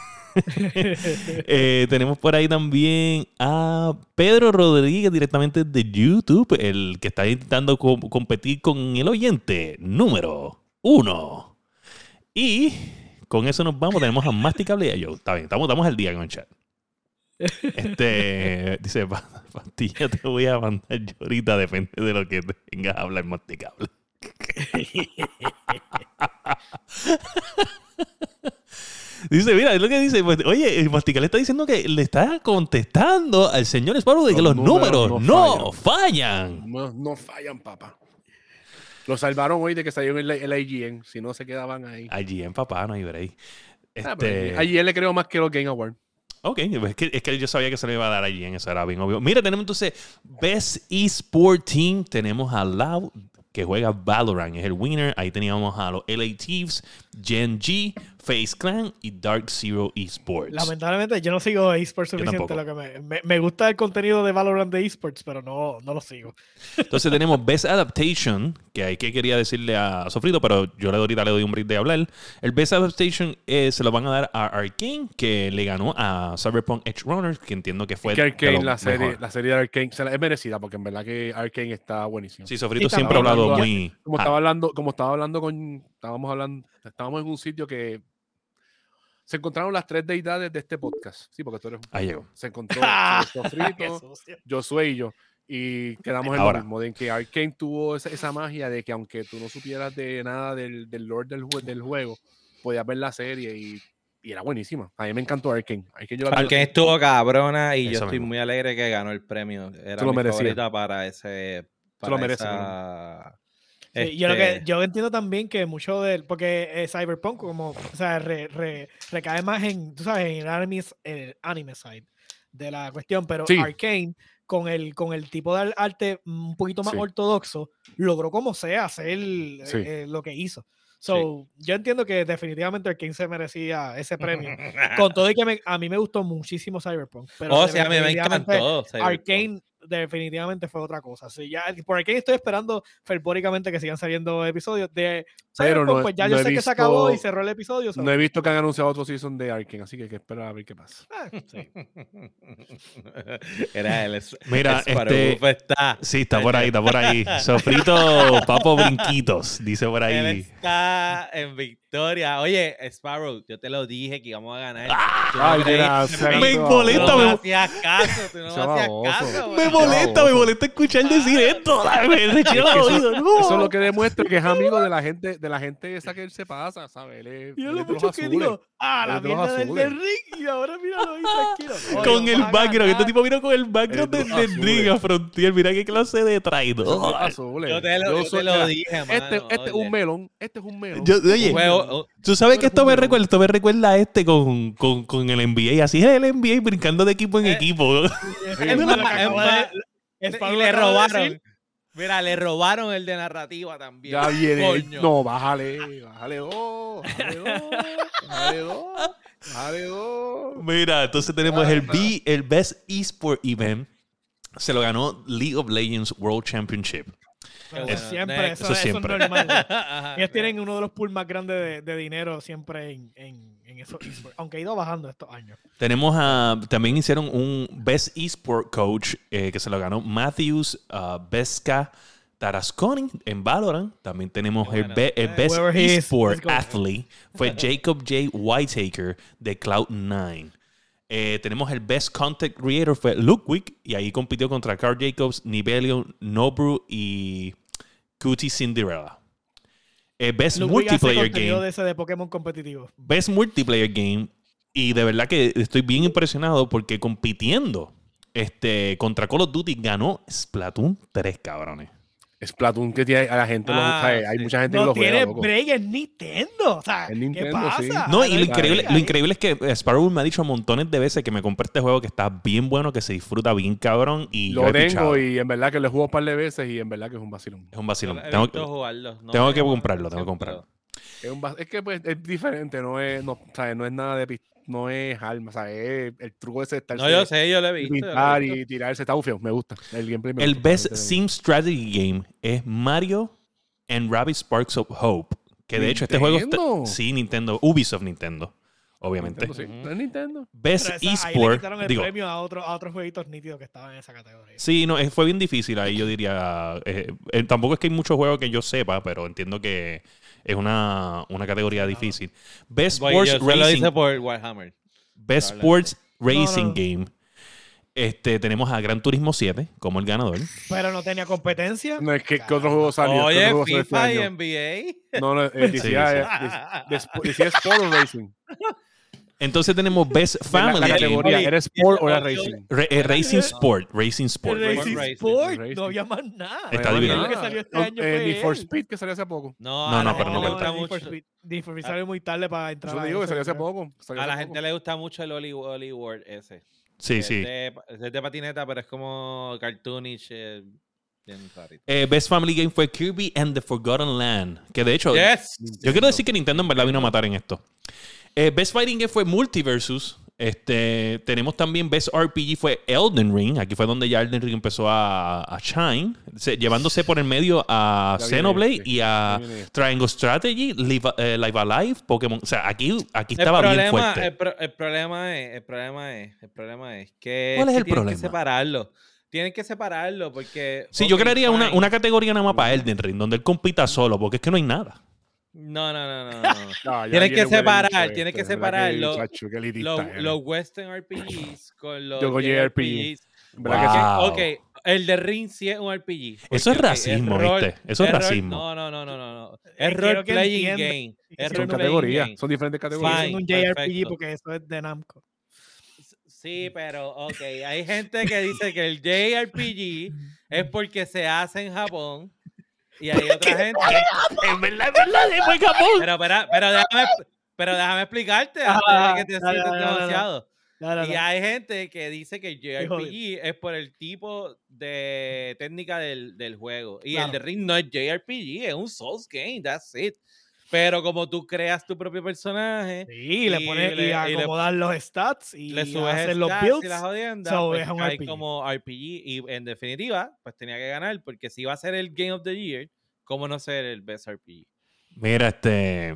eh, tenemos por ahí también a Pedro Rodríguez directamente de YouTube, el que está intentando co- competir con el oyente número uno. Y con eso nos vamos. Tenemos a Masticable y a Joe. Está bien, estamos, estamos al día con el chat. Este dice, pastilla te voy a mandar yo ahorita, depende de lo que tengas a hablar, Masticable. Dice, mira, es lo que dice. Pues, oye, el Masticable está diciendo que le está contestando al señor Sparrow de que los, Los números, números no, no fallan. No, no fallan, papá. Lo salvaron hoy de que salió en el, el I G N. Si no, se quedaban ahí. Allí en papá no hay break. Ah, Este, pero a I G N le creo más que los Game Awards. ok, es que, es que yo sabía que se le iba a dar allí en eso, era bien obvio. Mira, tenemos entonces Best Esport Team. Tenemos a Loud, que juega Valorant, es el winner. Ahí teníamos a los L A Thieves, Gen G, FaZe Clan y Dark Zero Esports. Lamentablemente yo no sigo esports Yo suficiente. tampoco. Lo que me, me, me gusta el contenido de Valorant de esports, pero no, no lo sigo. Entonces tenemos Best Adaptation, que hay que quería decirle a Sofrito, pero yo le ahorita le doy un break de hablar. El Best Adaptation eh, se lo van a dar a Arcane, que le ganó a Cyberpunk Edge Runners, que entiendo que fue Es que de Arcane, lo la serie, mejor. la serie de Arcane se la- es merecida porque en verdad que Arcane está buenísimo. Sí, Sofrito Sí, siempre ha estamos hablado hablando- muy... Como ah, estaba hablando, como estaba hablando con, estábamos hablando, estábamos en un sitio que se encontraron las tres deidades de este podcast. Sí, porque tú eres un Ahí llegó. Se encontró Qué Sofrito, sucio. Josué y yo. Y quedamos en Ahora. lo mismo, de que Arcane tuvo esa, esa magia de que aunque tú no supieras de nada del, del lore del, jue- del juego, podías ver la serie y, y era buenísima. A mí me encantó Arcane. Arcane, yo la vi- Arcane estuvo cabrona y Eso yo estoy mismo. muy alegre que ganó el premio. Era Tú lo mi merecías. favorita para ese... Para lo mereces, esa, Sí, yo, lo que, este, yo entiendo también que mucho del. Porque eh, Cyberpunk, como. O sea, re- re- recae más en. Tú sabes, en el anime, el anime side de la cuestión. Pero Sí. Arcane, con el, con el tipo de arte un poquito más Sí. ortodoxo, logró como sea hacer Sí. eh, lo que hizo. So, yo entiendo que definitivamente Arcane se merecía ese premio. Con todo y que me- a mí me gustó muchísimo Cyberpunk. Pero oh, sí, a mí me definitivamente encantó. Cyberpunk. Arcane definitivamente fue otra cosa. Sí, ya, por Arcane estoy esperando fervóricamente que sigan saliendo episodios de Pero Cyberpunk, no- pues ya no yo he sé que se acabó y visto- cerró el episodio. so- no he visto que han anunciado otro season de Arcane, así que hay que esperar a ver qué pasa. Ah, sí. Era él. es- Mira, es para este- Uf, está. Sí, está por ahí, está por ahí. Sofrito Papo Brinquitos, dice por Él ahí. está en victoria. Oye, Sparrow, yo te lo dije que íbamos a ganar. Tú no Ay, creíste mira, en se mí. Me hizo molesta, Tú me- no hacías caso, tú no Ese hacías baboso. caso. Me güey. molesta, me molesta escuchar decir esto. Ay, Me rechina Es que los eso, oídos. No. eso es lo que demuestra que es amigo de la gente, de la gente esa que él se pasa, ¿sabes? Él es, Y yo él lo es de los mucho que azules. digo, ah, la Él es de los mierda del, azules. del ring y ahora míralo ahí tranquilo. No, Con no el vas a background, este ganar. tipo vino con el background Es de, de de los Ring a azules. Frontier. Mira qué clase de Son traidor. azules. Yo te lo, yo te soy- lo mira, dije, Este, mano, este es oye. un melón, este es un melón. Yo- oye, Un juego- tú sabes Tú que eres esto un me melón. recuerda, esto me recuerda a este con, con, con el N B A. Así es el N B A brincando de equipo en Eh, equipo. Es Es lo más, que es acabo más, de- es y para lo le que acabo de robaron. decir. Mira, le robaron el de narrativa también. Ya viene. Coño. No, bájale, bájale dos, bájale dos, bájale dos, bájale dos. Mira, entonces tenemos el, B, el Best Esport Event. Se lo ganó League of Legends World Championship. Pero Qué eso bueno. siempre, Next. eso, Eso eso siempre. es normal. Ajá, Ellos tienen uno de los pools más grandes de, de dinero siempre en, en, en esos esports, aunque ha ido bajando estos años. Tenemos a. También hicieron un Best Esport Coach eh, que se lo ganó Matthews uh, Beska Tarasconi en Valorant. También tenemos Qué el, bueno. be- el Eh, Best whoever he is, Esport let's go. Athlete. Fue Jacob J. Whitaker de Cloud nine. Eh, tenemos el Best Content Creator, fue Ludwig, y ahí compitió contra Carl Jacobs, Nibelion, Nobru y Cutie Cinderella. Eh, Best Ludwig hace Multiplayer contenido Game. de ese de Pokémon competitivo. Best Multiplayer Game. Y de verdad que estoy bien impresionado porque compitiendo este, contra Call of Duty ganó Splatoon tres, cabrones. Splatoon que tiene a la gente, Ah, lo, hay, hay sí. mucha gente No que lo tiene juega, loco. break en Nintendo. O sea, En ¿qué Nintendo, sí. pasa? No, y lo hay increíble, break lo ahí. increíble es que Sparrow me ha dicho montones de veces que me compré este juego que está bien bueno, que se disfruta bien cabrón y yo Lo he tengo pichado. y en verdad que lo he jugado un par de veces y en verdad que es un vacilón. Es un Yo vacilón. he Tengo, visto jugarlo. No tengo me que llama la comprarlo, tengo que atención, comprarlo. Es, un va- es que pues es diferente, no es, no, ¿sabes? No es nada de pist- no es arma, ¿sabes? Es el truco ese de pero- estarse No, yo sé, yo lo he y visto. yo lo he pintar visto. y tirarse, está bufio, me gusta. El gameplay me El gusta, best está bien sim strategy game es Mario and Rabbids Sparks of Hope. Que de hecho este juego está... ¿Nintendo? Sí, Nintendo. Ubisoft Nintendo. Obviamente. Nintendo, sí. Ujú. ¿No es Nintendo? Best Pero esa- ahí le eSport. quitaron el Digo, premio a, otro, a otros jueguitos nítidos que estaban en esa categoría. sí, no, eh, fue bien difícil ahí, yo diría. Eh, eh, tampoco es que hay muchos juegos que yo sepa, pero entiendo que es una, una categoría difícil. Best Voy, Sports yo solo Racing. hice por Warhammer. Best probablemente. Sports Racing No, no. Game. Este, tenemos a Gran Turismo siete como el ganador. Pero no tenía competencia. No, es que ¿qué otro juego salió? ¿Qué Oye, otro juego salió este FIFA y año? N B A. No, no, eh, decía, Sí, eh, de- de- decía Sport o Racing. Entonces tenemos Best La, Family la Game. categoría, Oye, ¿era Sport o era oye, Racing? Re- eh, Racing No. Sport. Racing Sport. El Racing Racing, Sport, Racing. no había más nada. Está No, dividido. Lo que salió este No, año eh, fue Need for él. Speed que salió hace poco. No, No, a la no, pero gente no le me gusta Need for mucho. Speed- Need for Speed salió muy tarde para entrar. Eso a te digo que eso, salió hace yo creo. poco. salió A la hace gente poco. le gusta mucho el Oli, Oli World ese. Sí, Que sí. Es de, es de patineta, pero es como cartoonish. eh, bien rarito. Eh, Best Family Game fue Kirby and the Forgotten Land. Que de hecho, Yes. yo quiero decir que Nintendo en verdad vino a matar en esto. Eh, Best Fighting Game fue Multiversus. Este, tenemos también Best R P G fue Elden Ring. Aquí fue donde ya Elden Ring empezó a, a shine. Se- llevándose por el medio a Ya viene Xenoblade este, y a ya viene este. Triangle Strategy, Live, eh, Live Alive, Pokémon. O sea, aquí, aquí El estaba bien problema, fuerte. el, pro- el problema es, el problema es, el problema es que, ¿Cuál es que el tienen problema? que separarlo. Tienen que separarlo porque. Sí, yo ok, crearía una, fine. una categoría nada más para Elden Ring, donde él compita solo, porque es que no hay nada. No, no, no, no. no, no. No, ya Tienes viene que huele separar, bicho tienes que este, ¿verdad separar que, lo- chacho, qué elitista Los, eres. los Western R P Gs con los Yo con J R P J R P Gs. Gs. ¿Verdad que sí? Wow. Ok, el de Ring sí es un R P G. Eso es Porque, ok, racismo, rol- ¿viste? Eso es rol- racismo. No, no, no, no, no. no. Eh, Es quiero role que playing entienda- game. Es Son Son role categorías, game. son diferentes Sigue categorías. Fine. siendo un J R P G perfecto. porque eso es de Namco. Sí, pero ok, hay gente que dice que el J R P G es porque se hace en Japón y hay otra gente. En verdad, en verdad, fue Japón. Pero, pero, pero, déjame, pero déjame explicarte antes Ah, de que te dale, sientas dale, dale, demasiado. No, no, Y no. hay gente que dice que el J R P Hijo G es por el tipo de técnica del, del juego. Y Claro. el de Ring no es J R P G, es un Souls game, that's it. Pero como tú creas tu propio personaje, Sí, le y pones le- y y le- acomodar los stats y le subes hacer los stats builds. y la jodienda, so pues es un cae R P G. como R P G. Y en definitiva, pues tenía que ganar, porque si iba a ser el Game of the Year, ¿cómo no ser el Best R P G? Mira, este.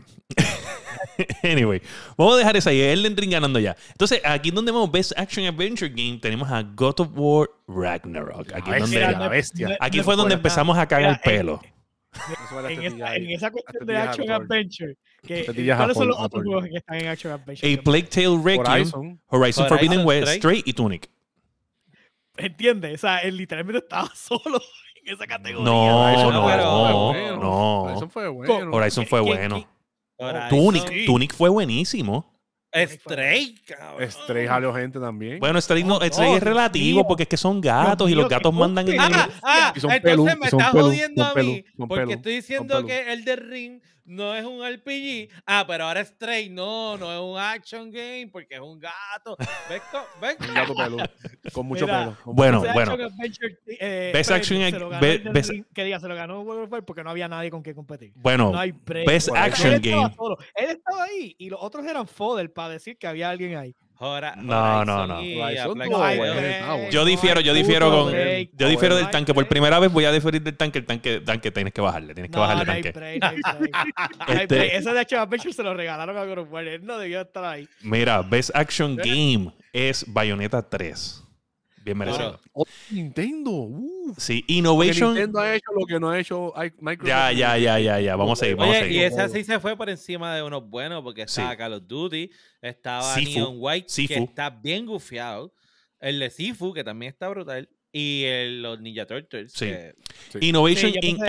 Anyway, vamos a dejar esa ahí. Elden Ring ganando ya. Entonces, aquí donde vemos Best Action Adventure Game, tenemos a God of War Ragnarok. Aquí, es bestia, donde, la bestia. aquí no fue es donde por empezamos a cagar Mira, en- pelo. Eso vale En hasta esa, ahí. en esa cuestión de Tetillas Action a Thor. Adventure, que, Tetillas a ¿cuáles son Thor, los a otros Thor. juegos que están en Action Adventure? A Plague Tale Requiem, Horizon, Horizon. Forbidden Horizon West, Stray. Stray y Tunic. ¿Entiendes? O sea, él literalmente estaba solo en esa categoría. No, Horizon no, fue no, bueno. no. Horizon fue bueno. Horizon fue ¿Qué- qué- bueno. Horizon. Tunic, Sí. Tunic fue buenísimo. Stray, cabrón. Stray jaló gente también. Bueno, Stray, no, Oh, Stray no, es Dios relativo mío. porque es que son gatos Dios y los mío, qué gatos mandan en el... Ah, ah, Y son entonces pelú, me y son estás pelú, jodiendo son a pelú, mí son porque pelú, estoy son diciendo pelú. que el de Ring no es un R P G. Ah, pero ahora Stray no, no es un action game porque es un gato. ¿Ves? co- ¿Ves? Un gato pelú. Con mucho Mira, pelo. con Bueno, mucho Ese bueno. Action Adventure, eh, Best premio Action- se lo ganó Be- el del Best- Ring, que diga, se lo ganó World of Warcraft porque no había nadie con quien competir. Bueno, No hay break. Best Por ahí. Action Él estaba Game. solo. Él estaba ahí y los otros eran fodder para decir que había alguien ahí. Hora- No, no, Horizon no. y Horizon a Plague tuvo Tale. No hay bueno, break, está bueno. Yo no difiero, hay yo difiero puto con... break, Yo no difiero hay del tanque. Por break. primera vez voy a diferir del tanque. El tanque, tanque tienes que bajarle. Tienes que No, bajarle no hay tanque. break, no hay break. No hay Este- break. Ese de Action Adventure se lo regalaron a God of War. Él no debió estar ahí. Mira, Best Action Game es Bayonetta tres. Bien merecido. Duro. Oh, Nintendo. Uf. Sí, Porque Innovation... Nintendo ha hecho lo que no ha hecho I- Microsoft. Ya, ya, ya, ya, ya. Vamos a seguir, vamos a Oye, y seguir. ese así se fue por encima de unos buenos porque estaba Sí. Call of Duty, estaba Sifu. Neon White, que Sifu. está bien gufiado, el de Sifu, que también está brutal, y el, los Ninja Turtles. Sí. que- Innovation Sí, yo in pensé-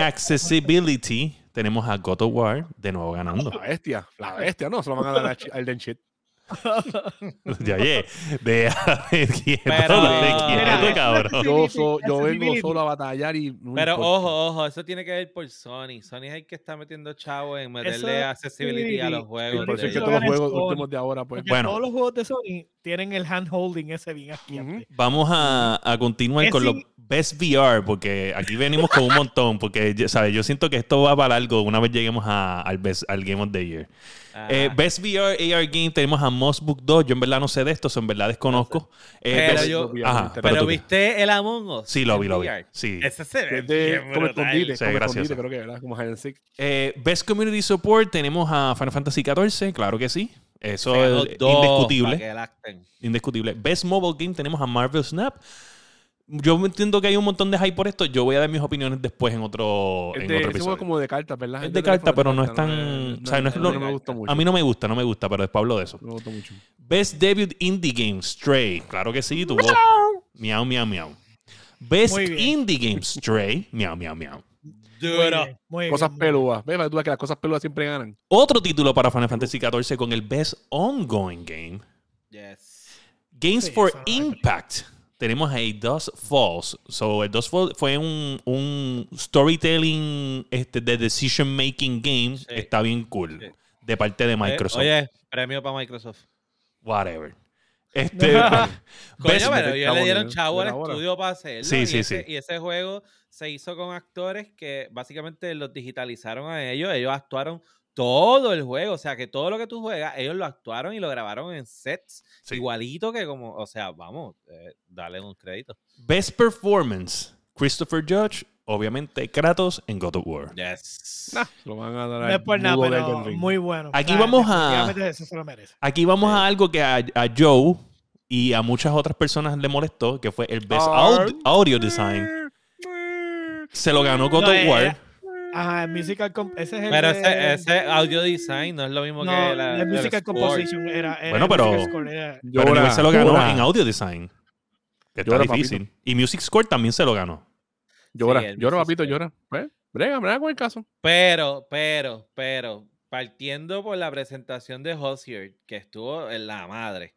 Accessibility. Tenemos a God of War de nuevo ganando. La bestia. La bestia, no. Se lo van a dar a Ch- al Den Shit. Ya, oye, déjame quieto, Pero- déjame quieto, Mira, cabrón. Yo, so- yo vengo Accessibility. solo a batallar y no Pero importa. ojo, ojo, eso tiene que ver por Sony. Sony es el que está metiendo chavo en meterle Eso- accessibility a los sí, Sí, juegos. por eso de es que Lo todos los ganan juegos Sony. últimos de ahora, pues. Porque Bueno. todos los juegos de Sony tienen el hand-holding ese bien asqueante. Ujú. Vamos a, a continuar Es con los sí. Best V R, porque aquí venimos con un montón, porque ya ¿sabes? Yo siento que esto va para algo una vez lleguemos a- al, best, al Game of the Year. Ajá. Eh, Best V R A R Game tenemos a Moss Book dos. Yo en verdad no sé de esto, so en verdad desconozco. Eh, Pero Best- yo- Ajá, pero Pero tú- viste el Among Us. Sí, lo en vi, lo vi. V R? Sí. Ese se Que ve es de bien como brutal. escondite, Sí, como gracioso. escondite, creo que era como hide and seek. Eh, Best Community Support tenemos a Final Fantasy catorce, claro que sí. Eso Se ganó es dos indiscutible. para que el acten. Indiscutible. Best Mobile Game tenemos a Marvel Snap. Yo entiendo que hay un montón de hype por esto. Yo voy a dar mis opiniones después en otro, Es en de, otro ese episodio. juego es como de cartas, ¿verdad? Es Es de teléfono, carta, pero no es carta, tan- es- o sea, no es no, lo- no me gusta mucho. A mí no me gusta, no me gusta, pero después hablo de eso. No me gusta mucho. Best Debut Indie Game, Stray. Claro que sí, tuvo. Miau, miau, miau. Best Muy bien. Indie Game, Stray. Miau, miau, miau. Muy Duro. bien, muy bien, Cosas muy bien. pelúas. ¿Ves? Para que tú veas que las cosas pelúas siempre ganan. Otro título para Final Fantasy catorce con el Best Ongoing Game. Yes. Games Sí, for eso no hay Impact. Tenemos a Dust Falls. So, a Dust Falls fue un, un storytelling este, de decision making game. Sí. Está bien cool. Sí. De parte de Microsoft. Eh, Oye, premio para Microsoft. Whatever. Este. Coño, Best- pero ellos le dieron Chavo, chavo al de ahora. estudio para hacerlo. Sí, y sí, ese, sí. Y ese juego se hizo con actores que básicamente los digitalizaron a ellos. Ellos actuaron todo el juego. O sea, que todo lo que tú juegas, ellos lo actuaron y lo grabaron en sets. Sí. Igualito que como, o sea, vamos, eh, dale un crédito. Best Performance. Christopher Judge. Obviamente Kratos en God of War. Yes. Nah, lo van a dar No al es por nada, mudo de pero Elden Ring. muy bueno. Aquí O sea, vamos a- definitivamente Eso se lo merece. Aquí vamos a algo que a, a Joe y a muchas otras personas le molestó, que fue el Best Aud- Audio Design. Se lo ganó God No, of eh, War. Ajá, el musical comp- ese es el Pero de- ese, ese audio design no es lo mismo no, que la, el el musical score. composition era, era Bueno, el pero- musical score, era- Pero Llora, anyway, se lo ganó llora, en Audio Design. Que está Llora, difícil. Y Music Score también se lo ganó. Llora, Sí, el llora, music papito, score. llora. Pues, brega, brega con el caso. Pero, pero, pero, partiendo por la presentación de Hozier, que estuvo en la madre,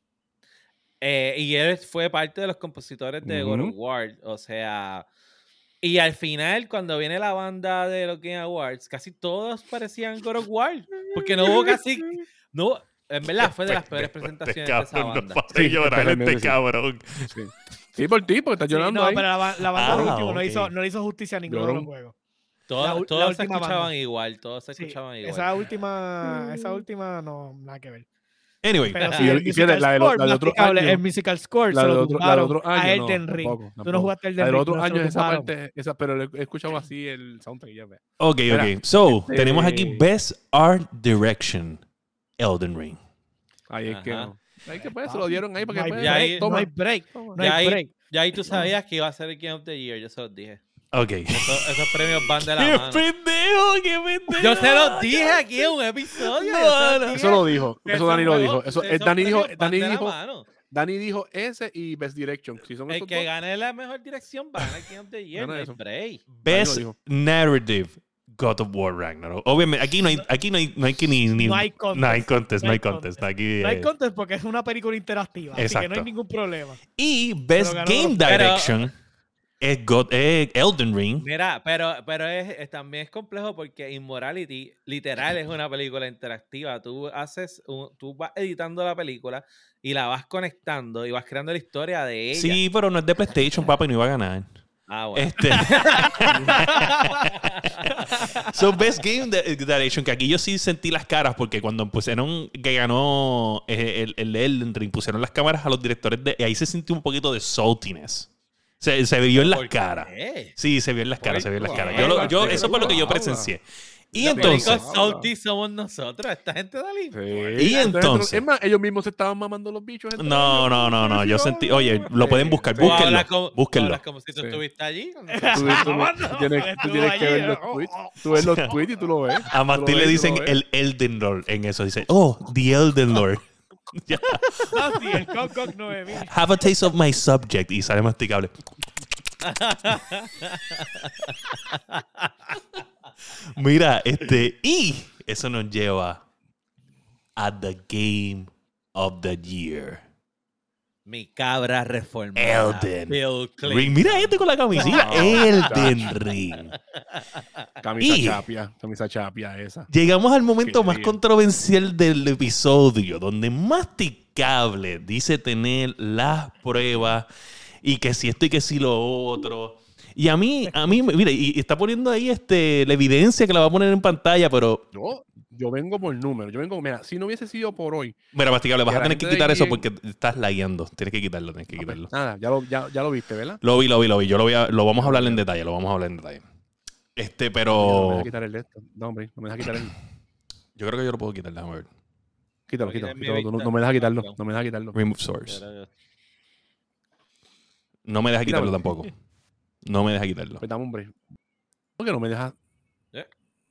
eh, y él fue parte de los compositores de God of Ujú. War, o sea, y al final, cuando viene la banda de los Game Awards, casi todos parecían God of War, porque no hubo casi, no, en verdad fue de las peores presentaciones de esa Cabrón, banda. No pare de Sí, llorar especialmente este sí. cabrón. Sí. Sí, por ti, porque estás Sí, llorando no, ahí. pero la, ba- la banda Ah, último no, ok. hizo, no le hizo justicia a ninguno de los Llorón. juegos. Todos, La u- la todos se última escuchaban banda. igual, todos se Sí, escuchaban igual. esa última, esa última no, nada que ver. Anyway, Pero Y sí, el- el y fíjate, musical la de los- score, la de otros masticable, años- el musical score La se de lo otro- la de tumbaron otros a años, no, Elden Ring. tampoco, Tú no tampoco. jugaste Elden La de Ring, los otros pero se lo años, esa tumbaron. parte, esa, pero le- he escuchado así el soundtrack y ya ve. ok, Mira, ok. So, este- tenemos aquí Best Art Direction. Elden Ring. Ahí es que Ajá. no. Ahí que pues, se lo dieron ahí para No que hay pues, Ya break, ahí- no toma. hay break, Toma. no Ya hay ahí- break. Ya ahí tú sabías que iba a ser el Game of the Year, yo se los dije. Ok. Esos, esos premios van de la ¡Qué mano. pendejo! ¡Qué pendejo! Yo se los dije aquí en un episodio. No, yo se los no. dije. Eso lo dijo, eso Esos Dani lo juegos- dijo. Eso, esos es Dani dijo, premios van Dani de la dijo, mano. Dani dijo ese y Best Direction. Si son El esos que dos, gane la mejor dirección va a ganar el Game of the Year. Gana No hay eso. break. Best dijo. Narrative. God of War Ragnarok. Obviamente, aquí no hay, aquí no hay, no hay que ni, ni- No hay contest. No hay contest, no No hay hay contest. Aquí, No hay eh, contest porque es una película interactiva, así que no Exacto. hay ningún problema. Y Best ganó Game los- Pero- Direction es, God, es Elden Ring. Mira, pero, pero es, es- también es complejo porque Immorality literal es una película interactiva. Tú haces, un- tú vas editando la película y la vas conectando y vas creando la historia de ella. Sí, pero no es de PlayStation, papá, y no iba a ganar. Ah, bueno. Este. So, Best Game Di- Direction, que aquí yo sí sentí las caras porque cuando pusieron que ganó eh, el, el Elden Ring, pusieron las cámaras a los directores de. Y ahí se sintió un poquito de saltiness. Se, se vio en las ¿Por caras. qué? Sí, se vio en las caras, se vio en las qué? caras. Yo, lo- yo- eso fue lo que yo presencié. Y entonces. Los salty somos nosotros, esta gente da libre. Sí. Y entonces- Es más, ellos mismos se estaban mamando los bichos. entre No, ellos. no, no, no. Yo sentí. Oye, lo pueden buscar. Tú Búsquenlo. hablas como, tú Búsquenlo. hablas como si tú Sí. estuviste allí. Tú, ves- tú ves- tú tienes, tú Estuvo tienes que allí, ver los oh, tweets. oh. Tú ves los tweets y tú lo ves. A Tú lo Martín le ves, tú dicen lo ves. el Elden Lord en eso. Dice, oh, the Elden Lord. Ya. Ah, sí, el Cock Cock nueve mil. Have a taste of my subject. Y sale masticable. Mira, este. Y eso nos lleva a The Game of the Year. Mi cabra reformada. Elden Bill Clinton. Ring. Mira este con la camisita. No, Elden Ring. Camisa Y- chapia, camisa chapia esa. Llegamos al momento Qué más bien. controversial del episodio, donde Masticable dice tener las pruebas y que si esto y que si lo otro. Y a mí, a mí, mira, y y está poniendo ahí este, la evidencia que la va a poner en pantalla, pero Yo, yo vengo por número. Yo vengo, mira, si no hubiese sido por hoy, mira, Masticable, vas Que a la tener que gente de quitar eso aquí- porque estás lagueando. Tienes que quitarlo, tienes que no, pues, quitarlo. nada, ya lo, ya, ya lo viste, ¿verdad? Lo vi, lo vi, lo vi. Yo lo voy a, lo vamos a hablar en detalle, lo vamos a hablar en detalle. Este, No me pero deja quitar el de esto. No, hombre, no me deja quitar el. yo creo que yo lo puedo quitar, déjame ver. Quítalo, Aquí quítalo. en mi quítalo, tú, no, vista. no me deja quitarlo. No. No me deja quitarlo. Remove source. No me deja quitarlo Quítalo. tampoco. No me deja quitarlo. Pues dame un break. ¿Por qué no me deja? ¿Eh?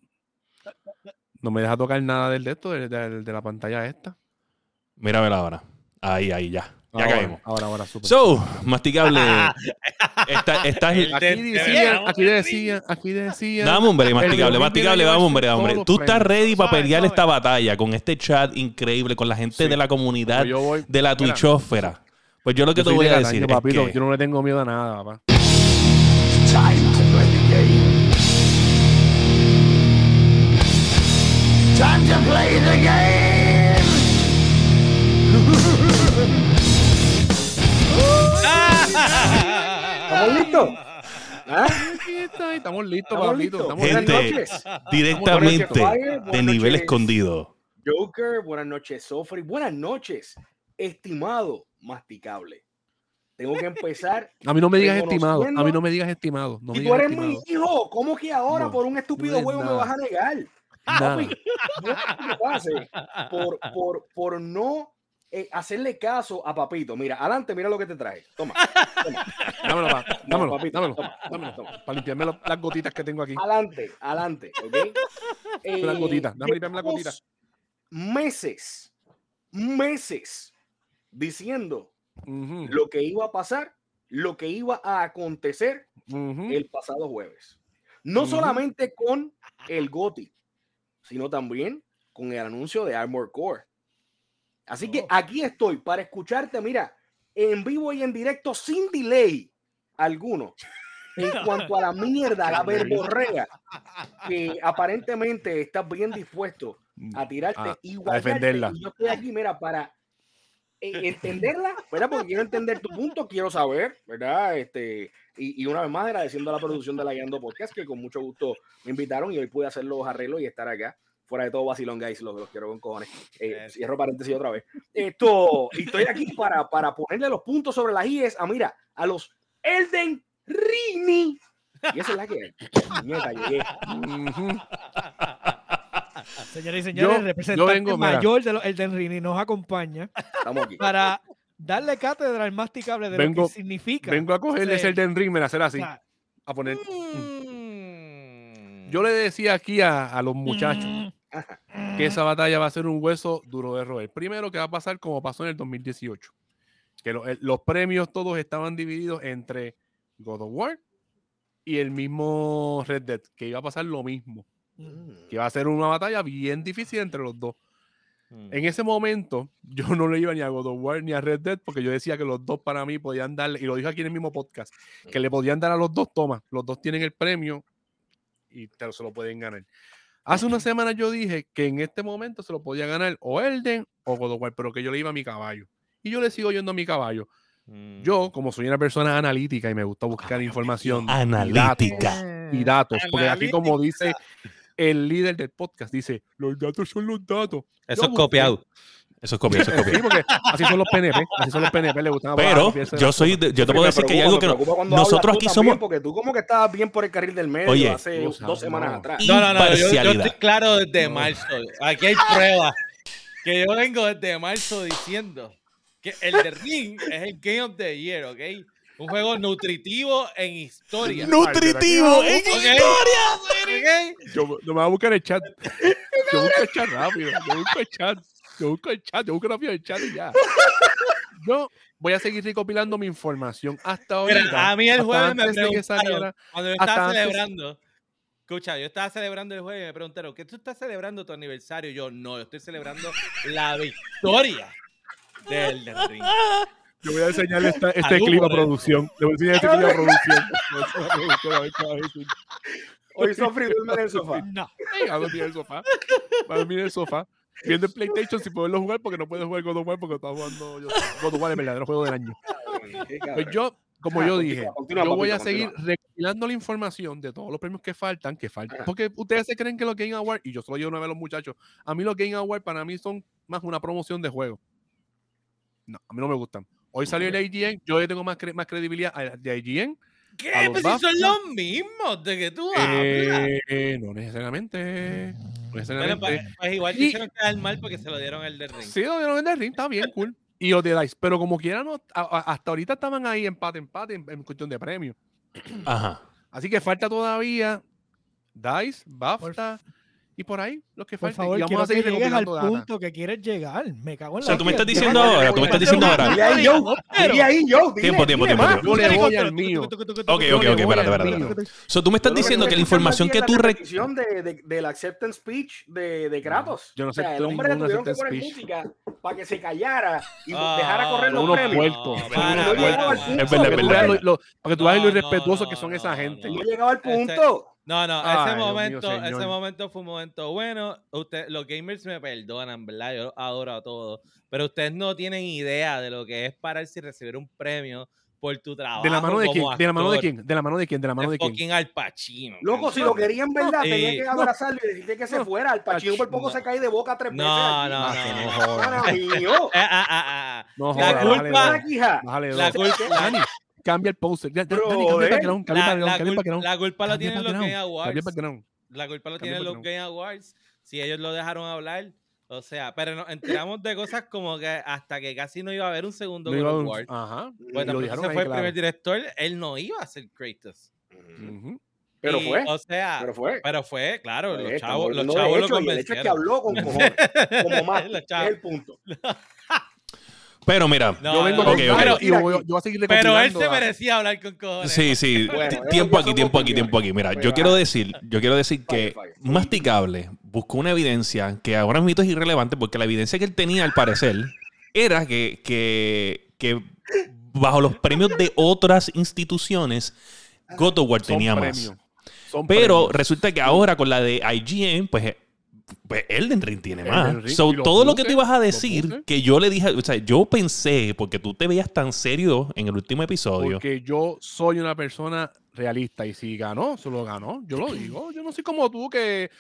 No me deja tocar nada del de esto, de, de- de la pantalla esta. Mira a ver ahora. Ahí, ahí, ya. Ya ahora, caímos. Ahora, ahora, súper. So, Masticable. Está, está, El Aquí de- decían, de- aquí decían, aquí decían. Dame, hombre, Masticable, El Masticable, Nintendo vamos, hombre, Todos hombre. los Tú estás premios. ready para Suave, pelear suave. esta batalla con este chat increíble, con la gente Sí. de la comunidad Como yo voy- de la mira, Twitchósfera. Pues yo lo que Yo te soy voy de a Cataño, decir papito, es que yo no le tengo miedo a nada, papá. Time to play the game. Time to play the game. ¿Estamos listos? ¿Ah? Aquí está, estamos listos, ¿Estamos papito. listos? Estamos Buenas Gente. noches, directamente Buenas noches, Fire. de nivel Buenas noches. escondido. Joker. Buenas noches, Sofri. Buenas noches, estimado Masticable. Tengo que empezar. A mí no me digas estimado. A mí Reconociendo- no me digas estimado. No me y tú digas eres estimado. mi hijo. ¿Cómo que ahora No, por un estúpido no es juego me nada. vas a negar? Nada. Papi, yo lo que pase por, por, por no eh, hacerle caso a Papito. Mira, adelante, mira lo que te traje. Toma. toma. Dámelo, pa, No, dámelo, papito, dámelo, toma, dámelo, toma. para limpiarme lo- las gotitas que tengo aquí. Adelante, adelante, ¿ok? Eh, Las gotitas, dame limpiarme las llevamos gotitas. Meses, meses diciendo Ujú, lo que iba a pasar, lo que iba a acontecer ujú. el pasado jueves. No Ujú. solamente con el GOTY, sino también con el anuncio de Armored Core. Así que Oh. aquí estoy para escucharte, mira, en vivo y en directo, sin delay alguno, en cuanto a la mierda, la verborrea, que aparentemente estás bien dispuesto a tirarte A- y a guayarte. defenderla. Y yo estoy aquí, mira, para eh, entenderla, ¿verdad? Porque quiero entender tu punto, quiero saber, ¿verdad? Este, y, y una vez más agradeciendo a la producción de la Guiando Podcast, que con mucho gusto me invitaron y hoy pude hacer los arreglos y estar acá. Fuera de todo vacilón, guys, los, los quiero con cojones. Eh, Eso. cierro paréntesis otra vez. Esto, y estoy aquí para, para ponerle los puntos sobre las IES a, mira, a los Elden Ring. Y esa es la que hay. Nieta, llegué. Ujú. Señoras y señores, Yo- el yo representante vengo, mira. mayor de los Elden Ring nos acompaña Estamos aquí. para darle cátedra al Masticable de Vengo- lo que significa. Vengo a cogerle Sí. ese Elden Ring, me la hacer o así. sea, A poner. Mm. Yo le decía aquí a, a los muchachos mm, que esa batalla va a ser un hueso duro de roer. Primero, que va a pasar como pasó en el dos mil dieciocho. Que lo- el- los premios todos estaban divididos entre God of War y el mismo Red Dead, que iba a pasar lo mismo. Que iba a ser una batalla bien difícil entre los dos. Mm. En ese momento, yo no le iba ni a God of War ni a Red Dead, porque yo decía que los dos para mí podían darle, y lo dije aquí en el mismo podcast, que le podían dar a los dos, toma, los dos tienen el premio y te lo, se lo pueden ganar. Hace unas semanas yo dije que en este momento se lo podía ganar o Elden o God of War, pero que yo le iba a mi caballo. Y yo le sigo yendo a mi caballo. Mm. Yo, como soy una persona analítica y me gusta buscar información, y datos, Analítica. y datos, porque aquí como Analítica. dice el líder del podcast, dice, los datos son los datos. Eso Yo es copiado. Eso es copia, eso es Sí, copia. porque así son los P N P, así son los P N P, le gustan Pero copiarse de yo las soy, cosas. de- yo te Me puedo decir que hay preocupa, algo me que no- preocupa cuando nosotros hablas tú aquí también, somos porque tú como que estabas bien por el carril del medio Oye, hace no dos sabes, semanas no. atrás. Y- No, no, no, yo, yo Imparcialidad. estoy claro desde No. marzo. Aquí hay pruebas que yo vengo desde marzo diciendo que el de Ring es el Game of the Year, ¿ok? Un juego nutritivo en historia. nutritivo en Ok. historia. ¿Ok? Yo, no me va a buscar el chat. Yo busco el chat rápido. Yo busco el chat. Yo busco el chat. Yo busco rápido el chat y ya. Yo voy a seguir recopilando mi información hasta ahorita. Mira, a mí el hasta jueves me antes de que preguntaron, saliera. cuando yo hasta estaba antes- celebrando, escucha, yo estaba celebrando el jueves y me preguntaron, ¿qué tú estás celebrando tu aniversario? Yo, no, yo estoy celebrando la victoria de Elden Ring. Yo voy a enseñarle esta, este clip a producción. Le voy a enseñar este clip a producción. Hoy Sofri duerme en el sofá. No. Va a dormir en el sofá. Va a dormir en el sofá. Viendo el PlayStation sin poderlo jugar porque no puede jugar God of War porque está jugando yo, God of War, es verdadero juego del año. Pues yo, como yo dije, yo voy a seguir recopilando la información de todos los premios que faltan, que faltan. Porque ustedes se creen que los Game Awards, y yo solo llevo una vez a los muchachos, a mí los Game Awards para mí son más una promoción de juego. No, a mí no me gustan. Hoy salió el I G N, yo tengo más, cre más credibilidad de I G N. ¿Qué? Pues si son los mismos de que tú hablas. Eh, no necesariamente. No necesariamente. Bueno, pues, pues igual Y- quisieron quedar mal porque se lo dieron el de Ring. Sí, lo dieron en el ring, está bien, cool. Y los de DICE, pero como quieran, no, a- a- hasta ahorita estaban ahí empate, empate en, en cuestión de premios. Ajá. Así que falta todavía DICE, BAFTA y por ahí los que Por faltan. favor, Y vamos quiero a seguir que llegues al recopilando data. punto que quieres llegar. Me cago en O sea, la tú me estás vida. diciendo Déjame- ahora, tú me estás diciendo ahora. Dile ahí, Joe. Dile ahí, Joe. dile, Tiempo, tiempo, dile tiempo, más. tiempo. Yo le voy al mío. Ok, ok, ok, Yo le espérate, voy espérate, al espérate. mío. So, tú me estás Yo lo que diciendo que la escuché más información bien que la tú... rec- repetición de, de, del acceptance speech de, de Kratos. Yo no O sea, el acepto hombre le ningún tuvieron que acceptance poner speech. música para que se callara y Ah, dejara correr los unos premios. puertos. para, Son unos No llegaba para, al para. punto. Es verdad, Para que es tú verdad. veas lo, lo- para que tú veas No, lo no, irrespetuosos no, que son no, esa no, gente. No Este- llegaba al punto. No, no, Ay, ese Dios mío, momento, señor. ese momento fue un momento bueno. Usted, los gamers me perdonan, ¿verdad? Yo los adoro a todos. Pero ustedes no tienen idea de lo que es pararse y recibir un premio por tu trabajo. ¿De la mano de como quién? ¿De la mano de actor. quién? ¿De la mano de quién? ¿De la mano De de quién? fucking Al Pacino. Loco, si cabrón. lo querían verdad, Sí. tenía que abrazarlo y decirle que se No. fuera. Al Pacino por poco No. se cae de boca tres veces. No, aquí. no, Ah, que no. no no. jodas. Pana mío. Ah, ah, ah, ah. No La jodas, culpa- bájale dos. Aquí, hija. Bájale La dos. culpa, Dani, cambia el poster. Ya, ya, Bro, Dani, cambia el eh. background, cambia el la, background, la cambia el cul- background. la culpa la Cambia el tienen los Game background, cambia el Awards. background. La culpa la Cambia tienen el los background. Game Awards. Si ellos lo dejaron hablar. O sea, pero nos enteramos de cosas como que hasta que casi no iba a haber un segundo No God iba a of un- War. Ajá. Pues Y lo también dejaron se ahí fue el claro. primer director, él no iba a ser Kratos. Ujú. Pero Y, fue. O sea, Pero fue. pero fue, claro, Pues, los estamos chavos, los hablando de chavos lo hechos, y el hecho es que convencieron. habló con cojones. Como más. Los Es chavos. el punto. Pero mira, No, Yo vengo no, ok, con ok. datos y Mira voy, aquí. yo voy a seguir pero él recopilando se datos. merecía hablar con cojones. sí, sí. Bueno, Ti- eso tiempo ya aquí, son tiempo aquí, opiniones. tiempo aquí. Mira, yo Pero, quiero ah. decir, yo quiero decir que Fire, fire. Masticable buscó una evidencia que ahora mismo es irrelevante porque la evidencia que él tenía al parecer era que, que, que bajo los premios de otras instituciones, God of War Son tenía premios. más. Son Pero premios. resulta que ahora con la de I G N, pues, pues Elden Ring tiene Elden más. Ring, So, y lo todo lo que puse, tú ibas a lo decir, puse. que yo le dije, o sea, yo pensé, porque tú te veías tan serio en el último episodio. Porque yo soy una persona realista y si ganó, se lo ganó. Yo lo digo. Yo no soy como tú que.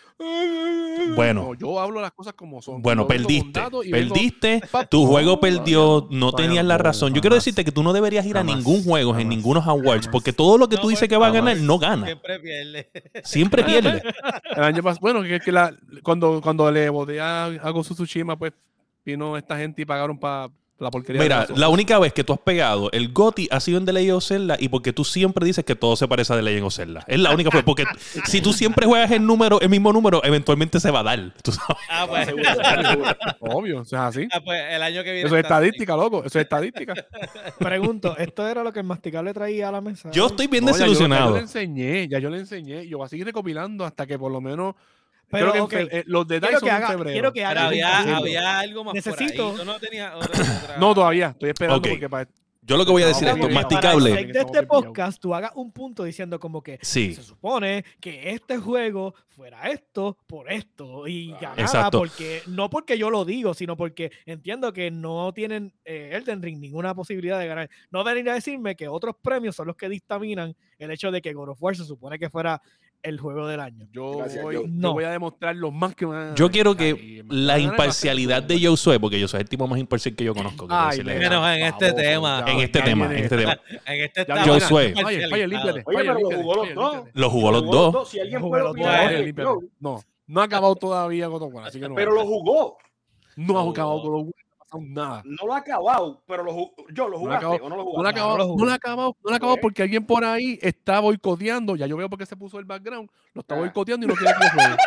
Bueno. No, yo hablo las cosas como son. Bueno, Yo vengo con perdiste. datos y vengo- Perdiste. Papi, Tu no, juego perdió. todavía No todavía tenías no la puedo, razón. Yo quiero jamás. decirte que tú no deberías ir a Jamás, ningún juego en jamás, ningunos awards. jamás. Porque todo lo que No, tú dices porque que va a jamás. ganar, no gana. Siempre pierde. Siempre pierde. El año pasado, bueno, que, que la, cuando, cuando le voté a, a Ghost of Tsushima, pues vino esta gente y pagaron para la porquería. Mira, de la única vez que tú has pegado el GOTY ha sido en The Legend of Zelda y porque tú siempre dices que todo se parece a The Legend of Zelda. Es la única fue porque si tú siempre juegas el número, el mismo número, eventualmente se va a dar. ¿Tú sabes? Ah, pues, Seguro, seguro. Obvio, o sea, así. ah, pues el año que viene. Eso es está así. estadística, loco. Eso es estadística. Pregunto, ¿esto era lo que el masticable traía a la mesa? Yo estoy bien No, ya yo- Ya yo, desilusionado. le enseñé, ya yo le enseñé. Y yo voy a seguir recopilando hasta que por lo menos. Pero, creo que en ok, fe- eh, los detalles quiero son que en haga, febrero. quiero que Pero haga un había, cambio. había algo más Necesito- por ahí. Tú no tenías otra, otra- No, todavía. Estoy esperando Ok. porque para. Yo lo que voy a decir No, esto, ok, Para masticable. el sake de este podcast, tú hagas un punto diciendo como que Sí. se supone que este juego fuera esto por esto y ganara Exacto. porque no porque yo lo digo, sino porque entiendo que no tienen eh, Elden Ring ninguna posibilidad de ganar. No venir a decirme que otros premios son los que dictaminan el hecho de que God of War se supone que fuera el juego del año. Yo, Gracias, voy, Joe. yo No. voy a demostrar lo más que me van a Yo ganar. quiero Ay, que me van a la ganar imparcialidad de bastante. Josué, porque Josué es el tipo más imparcial que yo conozco. quiero Ay, decirle. nena, Menos en este baboso, tema. ya, En este ya tema, viene en este esta. tema. En este Ya estaba Yo viene. soy. Oye, oye, límpiate. Oye, Oye, pero lo límpiate, jugó los oye, dos. límpiate. Lo jugó los Jugó dos. Si alguien Jugó puede los opinar, dos. Oye, es límpiate. Joe. No, no ha acabado todavía God of War, así que no. Pero lo jugó. No ha No. acabado God of War, no ha pasado nada. No lo ha acabado, pero lo jugó. Yo lo No lo ha jugaste acabado. o no lo No lo ha jugaste. acabado, lo no jugó. lo ha acabado, no lo ha acabado ¿Eh? porque alguien por ahí está boicoteando. Ya yo veo por qué se puso el background. Lo está Ah. boicoteando y no quiere que lo juegue.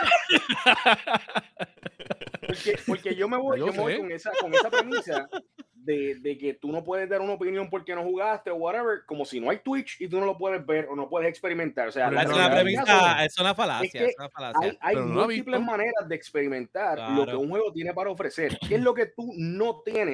Porque, porque yo me voy, Yo yo me voy sé. con esa, con esa premisa de, de que tú no puedes dar una opinión porque no jugaste o whatever, como si no hay Twitch y tú no lo puedes ver o no puedes experimentar. O sea, Pero la Es no, una realidad del caso premisa, es una falacia, es que es una falacia. hay, hay Pero no lo ha múltiples visto. maneras de experimentar lo que Claro. un juego tiene para ofrecer. ¿Qué es lo que tú no tienes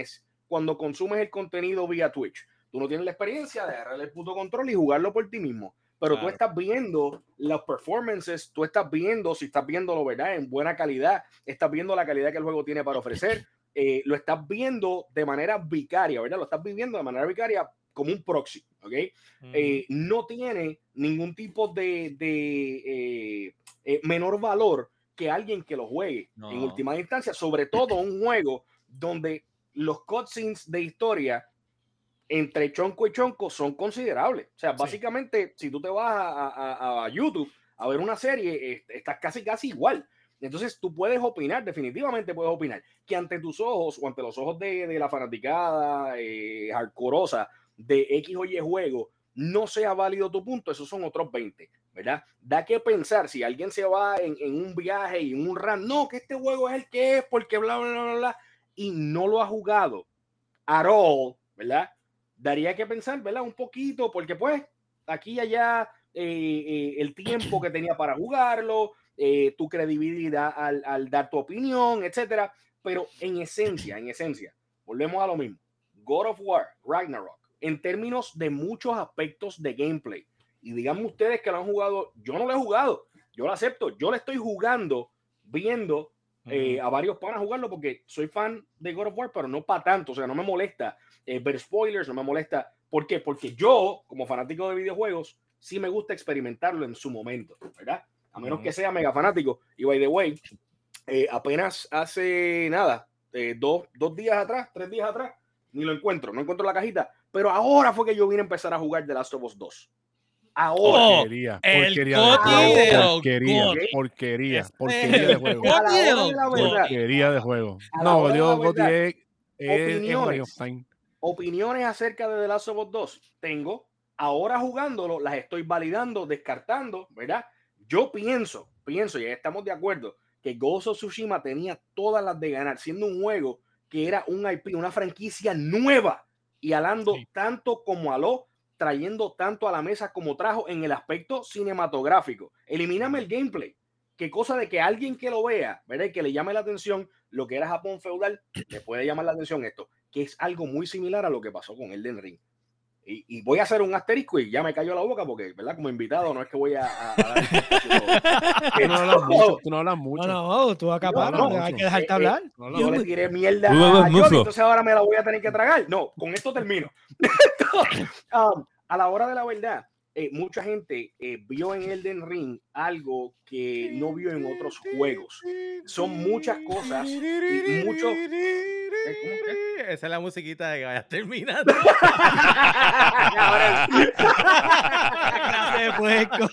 cuando consumes el contenido vía Twitch. Tú no tienes la experiencia de agarrar el puto control y jugarlo por ti mismo. Pero claro, tú estás viendo los performances, tú estás viendo si estás viéndolo, ¿verdad? En buena calidad, estás viendo la calidad que el juego tiene para ofrecer, eh, lo estás viendo de manera vicaria, ¿verdad? Lo estás viviendo de manera vicaria como un proxy, ¿ok? Uh-huh. Eh, no tiene ningún tipo de, de eh, eh, menor valor que alguien que lo juegue no. en última instancia, sobre todo un juego donde los cutscenes de historia entre chonco y chonco son considerables. O sea, básicamente, sí. si tú te vas a, a, a YouTube a ver una serie, estás casi casi igual. Entonces, tú puedes opinar, definitivamente puedes opinar, que ante tus ojos o ante los ojos de, de la fanaticada eh, hardcoreosa de X o Y juego, no sea válido tu punto, esos son otros veinte, ¿verdad? Da que pensar, si alguien se va en, en un viaje y en un run, no, que este juego es el que es, porque bla, bla, bla, bla, y no lo ha jugado at all, ¿verdad? Daría que pensar, ¿verdad? Un poquito, porque pues aquí y allá eh, eh, el tiempo que tenía para jugarlo, eh, tu credibilidad al, al dar tu opinión, etcétera. Pero en esencia, en esencia, volvemos a lo mismo. God of War, Ragnarok, en términos de muchos aspectos de gameplay, y díganme ustedes que lo han jugado, yo no lo he jugado, yo lo acepto, yo le estoy jugando, viendo eh, a varios panas jugarlo porque soy fan de God of War, pero no para tanto, o sea, no me molesta Eh, ver spoilers, no me molesta. ¿Por qué? Porque yo, como fanático de videojuegos, sí me gusta experimentarlo en su momento, ¿verdad? A menos uh-huh. que sea mega fanático. Y by the way, eh, apenas hace nada, eh, dos, dos días atrás, tres días atrás, ni lo encuentro, no encuentro la cajita, pero ahora fue que yo vine a empezar a jugar The Last of Us dos. Ahora. Porquería, porquería, porquería, porquería, porquería de juego. Porquería de juego. No, Dios, Gautier es opiniones acerca de The Last of Us dos tengo, ahora jugándolo, las estoy validando, descartando, ¿verdad? Yo pienso, pienso, y estamos de acuerdo, que Ghost of Tsushima tenía todas las de ganar, siendo un juego que era un I P, una franquicia nueva, y alando sí. tanto como aló, trayendo tanto a la mesa como trajo en el aspecto cinematográfico. Elimíname el gameplay. Qué cosa de que alguien que lo vea, ¿verdad? Y que le llame la atención lo que era Japón feudal, le puede llamar la atención esto, que es algo muy similar a lo que pasó con Elden Ring. Y, y voy a hacer un asterisco y ya me cayó la boca porque, ¿verdad? Como invitado no es que voy a... a, a dar... tú, no hablas mucho, tú no hablas mucho. No, no, tú acaparas, no, no, hay que dejarte eh, hablar. Eh, no, yo le tiré mierda a Johnny, entonces ahora me la voy a tener que tragar. No, con esto termino. um, a la hora de la verdad, eh, mucha gente eh, vio en Elden Ring algo que no vio en otros juegos. Son muchas cosas y muchos... Esa es la musiquita de que vayas terminando. Ahora sí. Clase de puerco.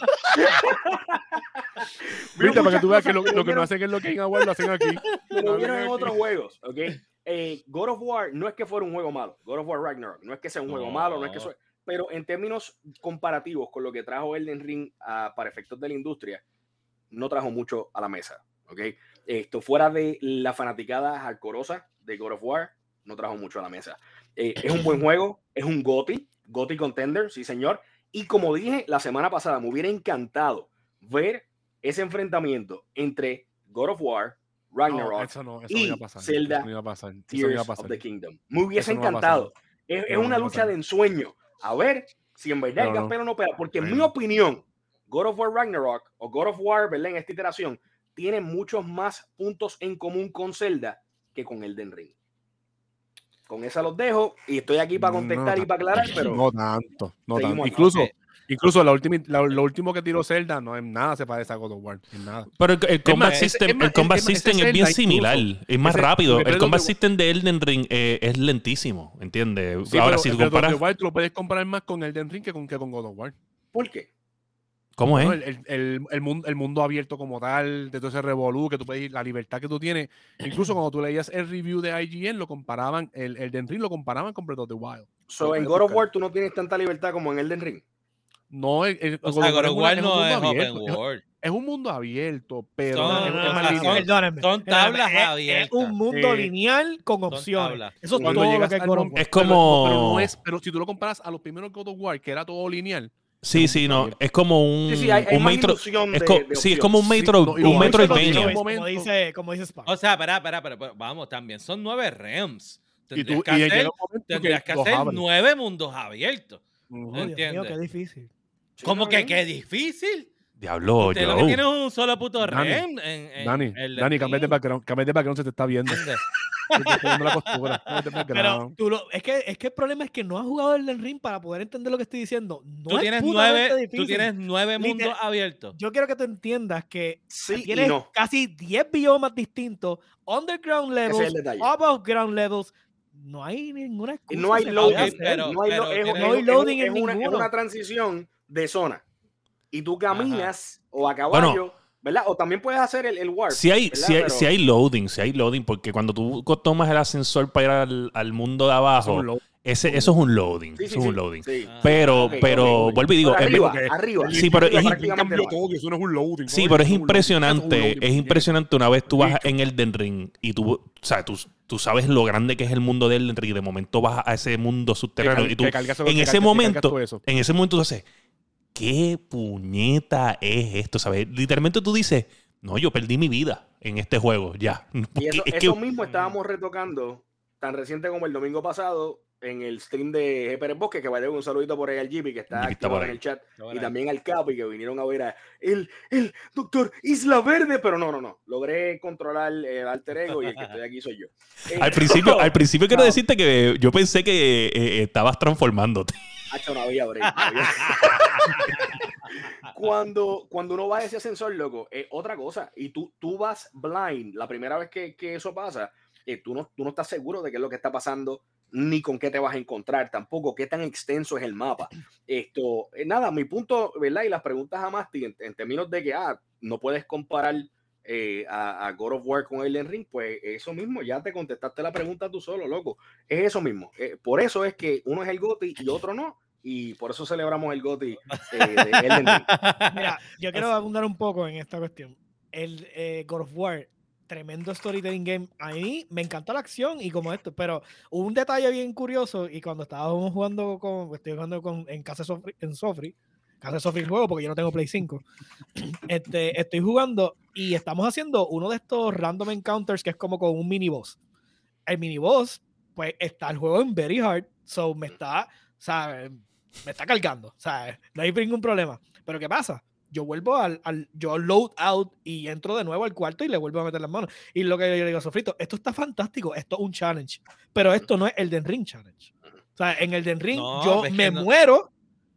Viste, para que tú veas que lo, lo que no hacen en lo que en Agua lo hacen aquí. Lo vieron en otros juegos, ¿ok? Eh, God of War no es que fuera un juego malo. God of War Ragnarok no es que sea un juego no. malo, no es que sea... Pero en términos comparativos con lo que trajo Elden Ring uh, para efectos de la industria, no trajo mucho a la mesa, ¿ok? Esto fuera de la fanaticada hardcoreosa de God of War, no trajo mucho a la mesa. Eh, es un buen juego, es un GOTY, GOTY contender, sí señor. Y como dije la semana pasada, me hubiera encantado ver ese enfrentamiento entre God of War, Ragnarok no, eso no, eso y no pasar, Zelda no iba a pasar, Tears of the Kingdom. Me hubiese no encantado. Es, es una lucha de ensueño. A ver si en verdad el Gaspero no pega. Porque en mi opinión, God of War Ragnarok o God of War, ¿verdad? En esta iteración, tiene muchos más puntos en común con Zelda que con Elden Ring. Con esa los dejo y estoy aquí para contestar no, y para aclarar, pero no tanto, no tanto. Incluso, okay. incluso la última, la, lo último que tiró Zelda no es nada se parece a God of War, en nada. Pero el, el combat es system, es, es, el combat es, system es, es bien similar, incluso. Es más ese, rápido. El combat que... system de Elden Ring eh, es lentísimo, ¿entiendes? Sí, ahora pero, si tú comparas, comparas, God of War, tú lo puedes comparar más con Elden Ring que con, que con God of War. ¿Por qué? ¿Cómo es? ¿No? El, el, el, el, mundo, el mundo abierto como tal, de todo ese revolú, que tú puedes ir, la libertad que tú tienes. Incluso cuando tú leías el review de I G N, lo comparaban, el, el Elden Ring lo comparaban con Breath of the Wild. So, en God of War tú no tienes tanta libertad como en Elden Ring. No, el, el, o sea, God of War no es abierto, open world. Es, es un mundo abierto, pero son, no, no, es, no, es son, perdónenme, son tablas es, abiertas. Es un mundo eh, lineal con opciones. Eso es cuando todo llegas lo que al, God of War. Es como... Pero, pero, no es, pero si tú lo comparas a los primeros God of War, que era todo lineal. Sí, sí, no, es como un, sí, sí, hay, hay un metro, de, es co de sí, es como un metro, sí, no, un Metroidvania. Como dice, como dice Spark. O sea, espera, espera, espera, vamos, también son nueve realms. Y Tendrías tú que y hacer, llega un momento tendrías que que los hacer abres. nueve mundos abiertos. Ujú. Oh, Dios mío, ¿Entiendes? qué difícil. Sí, ¿Cómo que también. qué difícil? Diablo, Usted lo que Joe. tiene es un solo puto Dani, rehén en, en Dani, el Dani, cambia de ring. background, cambia de background, se te está viendo. ¿Entiendes? Se te está viendo la costura. Cambia de Pero background. tú lo, es, que, es que el problema es que no has jugado el Ring para poder entender lo que estoy diciendo. No Tú es tienes putamente nueve, difícil. tú tienes nueve Literal- mundos abiertos. Yo quiero que tú entiendas que Sí y tienes no. casi diez biomas distintos, underground Ese es levels, el detalle. above ground levels. No hay ninguna excusa. No hay se loading. puede Ok, hacer. pero- no hay, lo- es, tiene- es- No hay es- loading es en una, es ninguno. una transición de zona. Y tú caminas o a caballo, Bueno. ¿verdad? O también puedes hacer el, el warp. Si hay, ¿verdad? si, hay, Pero- si hay loading, si hay loading, porque cuando tú co- tomas el ascensor para ir al, al mundo de Eso es abajo, un load. ese, eso es un loading. Sí, eso sí, es un sí, loading. sí. Ah. Pero, Ok, pero, ok. vuelvo y digo, Pero en vez- arriba, porque- arriba. Sí, pero es- prácticamente cambió no hay. todo, que eso no es un loading. sí, ¿no? pero es Eso no un loading, eso es un impresionante, loading, es puñeta. impresionante una vez tú vas Bicho. en Elden Ring y tú, o sea, tú, tú sabes lo grande que es el mundo de Elden Ring y de momento vas a ese mundo Que subterráneo cal- y tú, que cargas sobre- en que ese cargas- que cargas momento, todo eso. en ese momento tú haces, ¿qué puñeta es esto? ¿Sabes? Literalmente tú dices, no, yo perdí mi vida en este juego, ya. Y Porque eso, es eso que, mismo estábamos retocando tan reciente como el domingo pasado en el stream de G. Pérez Bosque, que vaya un saludito por ahí al Jimmy, que está Jimmy está activo por en ahí. el chat, Está por y ahí. también al Capo, y que vinieron a ver a el, el doctor Isla Verde, pero no, no, no, logré controlar el alter ego y el que estoy aquí soy yo. Eh, al principio, al principio quiero no. decirte que yo pensé que eh, estabas transformándote. Hacho, no había break, no había- cuando, cuando uno va a ese ascensor, loco, es otra cosa. Y tú, tú vas blind. La primera vez que, que eso pasa, eh, tú, no, tú no estás seguro de qué es lo que está pasando, ni con qué te vas a encontrar, tampoco qué tan extenso es el mapa. Esto, eh, nada, mi punto, ¿verdad? Y las preguntas a Masti, en, en términos de que ah, no puedes comparar eh, a, a God of War con Elden Ring, pues eso mismo, ya te contestaste la pregunta tú solo, loco. Es eso mismo. Eh, por eso es que uno es el GOTY y otro no. Y por eso celebramos el GOTY eh, de Elden Ring. Mira, yo quiero abundar un poco en esta cuestión. El eh, God of War, tremendo storytelling game. A mí me encanta la acción y como esto, pero hubo un detalle bien curioso y cuando estábamos jugando con, estoy jugando con, en casa de Sofri, en Sofri, casa de Sofri el juego porque yo no tengo Play cinco. Este, estoy jugando y estamos haciendo uno de estos random encounters que es como con un mini boss. El mini boss, pues está el juego en very hard, so me está, o sea, me está cargando, o sea, no hay ningún problema. Pero ¿qué pasa? Yo vuelvo al, al yo load out y entro de nuevo al cuarto y le vuelvo a meter las manos. Y lo que yo le digo a Sofrito, esto está fantástico, esto es un challenge, pero esto no es Elden Ring challenge. O sea, en Elden Ring No, yo es que me no- muero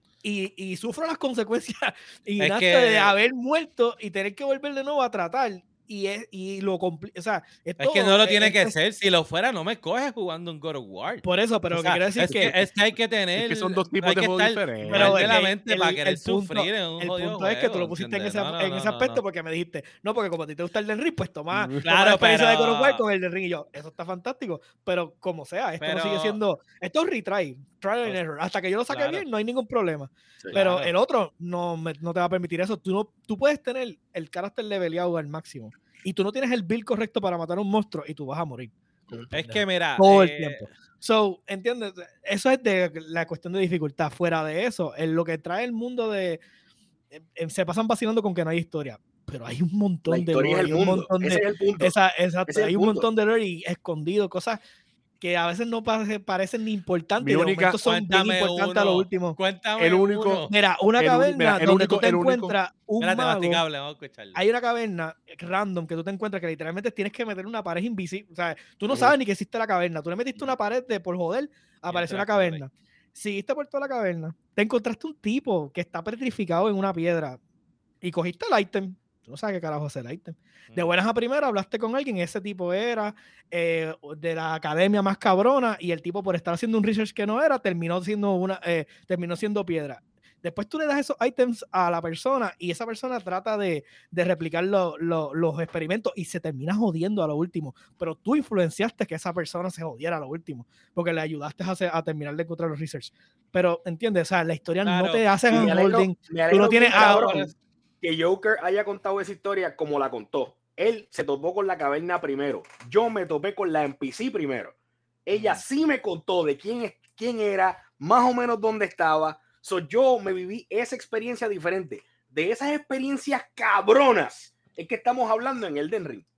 y, y sufro las consecuencias y Es nada que- de haber muerto y tener que volver de nuevo a tratar. Y, es, y lo compli- o sea, Es esto que no lo es- tiene es- que es- ser. Si lo fuera, no me coges jugando un God of War. Por eso, pero O lo que sea, quiero decir es es que, es que hay que tener. Es que son dos tipos hay de que juegos estar diferentes. Pero mal de la el- mente el- para querer el punto- sufrir en un el jodido punto es que tú lo juego, pusiste en ese, ¿entiendes? No, no, en ese no, aspecto no. porque me dijiste, no, porque como a ti te gusta el del Ring, pues toma, Mm. toma Claro, la experiencia de God of War pero- con el del Ring. Y yo, eso está fantástico, pero como sea, esto no sigue Pero- siendo, esto es retry, trial and Pues, error. Hasta que yo lo saque claro. bien, no hay ningún problema. Sí. Pero Claro. el otro no, me- no te va a permitir eso. Tú, no, tú puedes tener el carácter leveleado al máximo y tú no tienes el build correcto para matar a un monstruo y tú vas a morir. como un Es pendejo. que mira. todo el eh, tiempo. So, ¿entiendes? Eso es de la cuestión de dificultad. Fuera de eso, en lo que trae el mundo de... eh, eh, se pasan vacilando con que no hay historia, pero hay un montón La de historia es lore, el hay un mundo. montón Ese de... es el punto. Esa, exacto, Ese es el hay un punto. montón de lore y escondido, cosas que a veces no pare- parecen ni importantes Mi y de única- momento son bien Cuéntame importantes a lo uno. último. Cuéntame El único- uno. Mira, una el uni- caverna mira, el donde único- tú te el único- encuentras un Espérate, mago. masticable, vamos a escucharlo. Hay una caverna random que tú te encuentras que literalmente tienes que meter una pared invisible. O sea, tú no Ujú. sabes ni que existe la caverna. Tú le metiste una pared de por joder, apareció una entraste por ahí. caverna. Seguiste por toda la caverna. Te encontraste un tipo que está petrificado en una piedra y cogiste el ítem. Tú no sabes qué carajo es el ítem. De Mm. buenas a primeras hablaste con alguien. Ese tipo era eh, de la academia más cabrona y el tipo por estar haciendo un research que no era terminó siendo una eh, terminó siendo piedra. Después tú le das esos ítems a la persona y esa persona trata de, de replicar lo- lo- los experimentos y se termina jodiendo a lo último. Pero tú influenciaste que esa persona se jodiera a lo último porque le ayudaste a, hacer- a terminar de encontrar los research. Pero, ¿entiendes? O sea, la historia no Claro. te hace Y me un alegro- holding. me alegro no tienes bien, a- cabrón, que Joker haya contado esa historia como la contó. Él se topó con la caverna primero. Yo me topé con la N P C primero. Ella Ujú. sí me contó de quién, es, quién era, más o menos dónde estaba. So, yo me viví esa experiencia diferente. De esas experiencias cabronas es que estamos hablando en Elden Ring.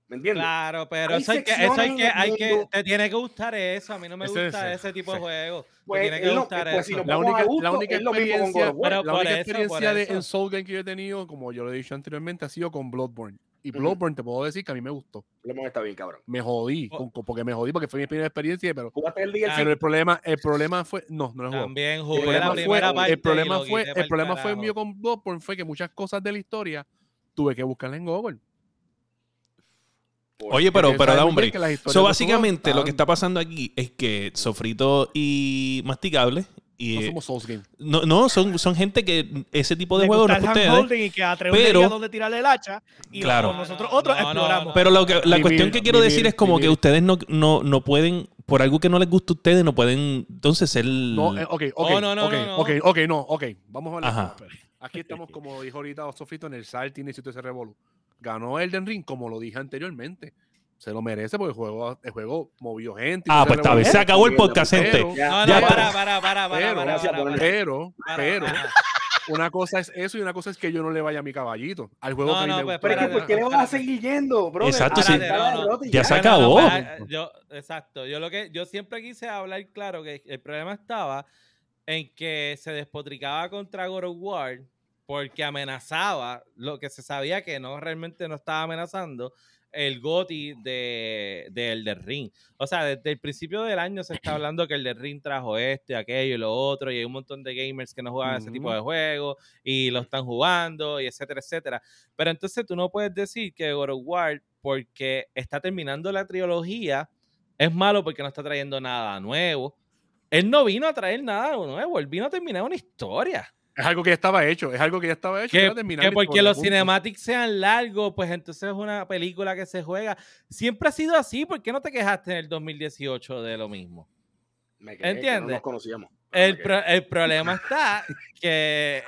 ¿me entiendes? Claro, pero Hay eso hay que, eso hay secciones que, en el hay que, mundo- te tiene que gustar eso. A mí no me Ese- gusta ese- ese tipo de sí. juego. Pues, te tiene es que lo- gustar pues, si eso. nos La vamos única, a gusto, la única es lo mismo con God experiencia, of War. Pero la por única eso, experiencia por de, eso. en Soul Game que yo he tenido, como yo lo he dicho anteriormente, ha sido con Bloodborne. Y Ujú. Bloodborne te puedo decir que a mí me gustó. Bloodborne está bien, cabrón. Me jodí, Oh. con- con- porque me jodí, porque fue mi primera experiencia, pero, ¿Jugaste el D L C? pero el problema, el problema fue, no, no lo jugué. También El jugué problema la fue, primera parte. el problema y lo fue, quité el pa'l problema fue carajo. mío con Bloodborne fue que muchas cosas de la historia tuve que buscarlas en Google. Oye, pero, Porque pero da sabes un muy break. bien que las historias So, de básicamente, Souls lo que está pasando aquí es que Sofrito y Masticable. Y, no somos Souls Game. no, no, son, son gente que ese tipo de Le juegos no gusta es el para ustedes. handholding y que Atreus le pero- diga dónde tirarle el hacha y Claro. vamos, nosotros otros No, no, exploramos. no. Pero lo que, la Vivir, cuestión que quiero vivir, decir es como que vivir. ustedes no, no, no pueden, por algo que no les gusta a ustedes, no pueden entonces ser... No, eh, ok, ok, Oh, no, no, ok, no, no. ok, ok, no, ok. Vamos a ver. Ajá. Aquí estamos, como dijo ahorita Sofito, en el Salty y todo ese revolú. Ganó Elden Ring, como lo dije anteriormente. Se lo merece porque el juego, el juego movió gente. y Ah, todo pues ese está bien. revolú. Se acabó el podcast, Pero- gente. No, Ya, no, Ya, para, para, para, para, pero, para, gracias para, por para. Pero, Para, pero, para. una cosa es eso y una cosa es que yo no le vaya a mi caballito. Al juego No, que a mí no, me pues, gustó. Pero es que, espérate, ¿por qué le vas a espérate. seguir yendo, bro? Exacto, sí. Espérate, no, no. Ya se No, no, no, acabó. para, yo, exacto. Yo lo que yo siempre quise hablar claro que el problema estaba en que se despotricaba contra God of War porque amenazaba lo que se sabía que no realmente no estaba amenazando el GOTY de, de Elden Ring. O sea, desde el principio del año se está hablando que Elden Ring trajo esto y aquello y lo otro, y hay un montón de gamers que no juegan ese tipo Ujú. de juegos y lo están jugando, y etcétera, etcétera. Pero entonces tú no puedes decir que God of War, porque está terminando la trilogía, es malo porque no está trayendo nada nuevo. Él no vino a traer nada nuevo, él vino a terminar una historia. Es algo que ya estaba hecho, es algo que ya estaba hecho. Que, era terminar que la porque historia, los punto. cinematics sean largos, pues entonces es una película que se juega. Siempre ha sido así, ¿por qué no te quejaste en el dos mil dieciocho de lo mismo? Me quedé, que ¿Entiendes? No nos conocíamos. pero El, me pro- el problema está que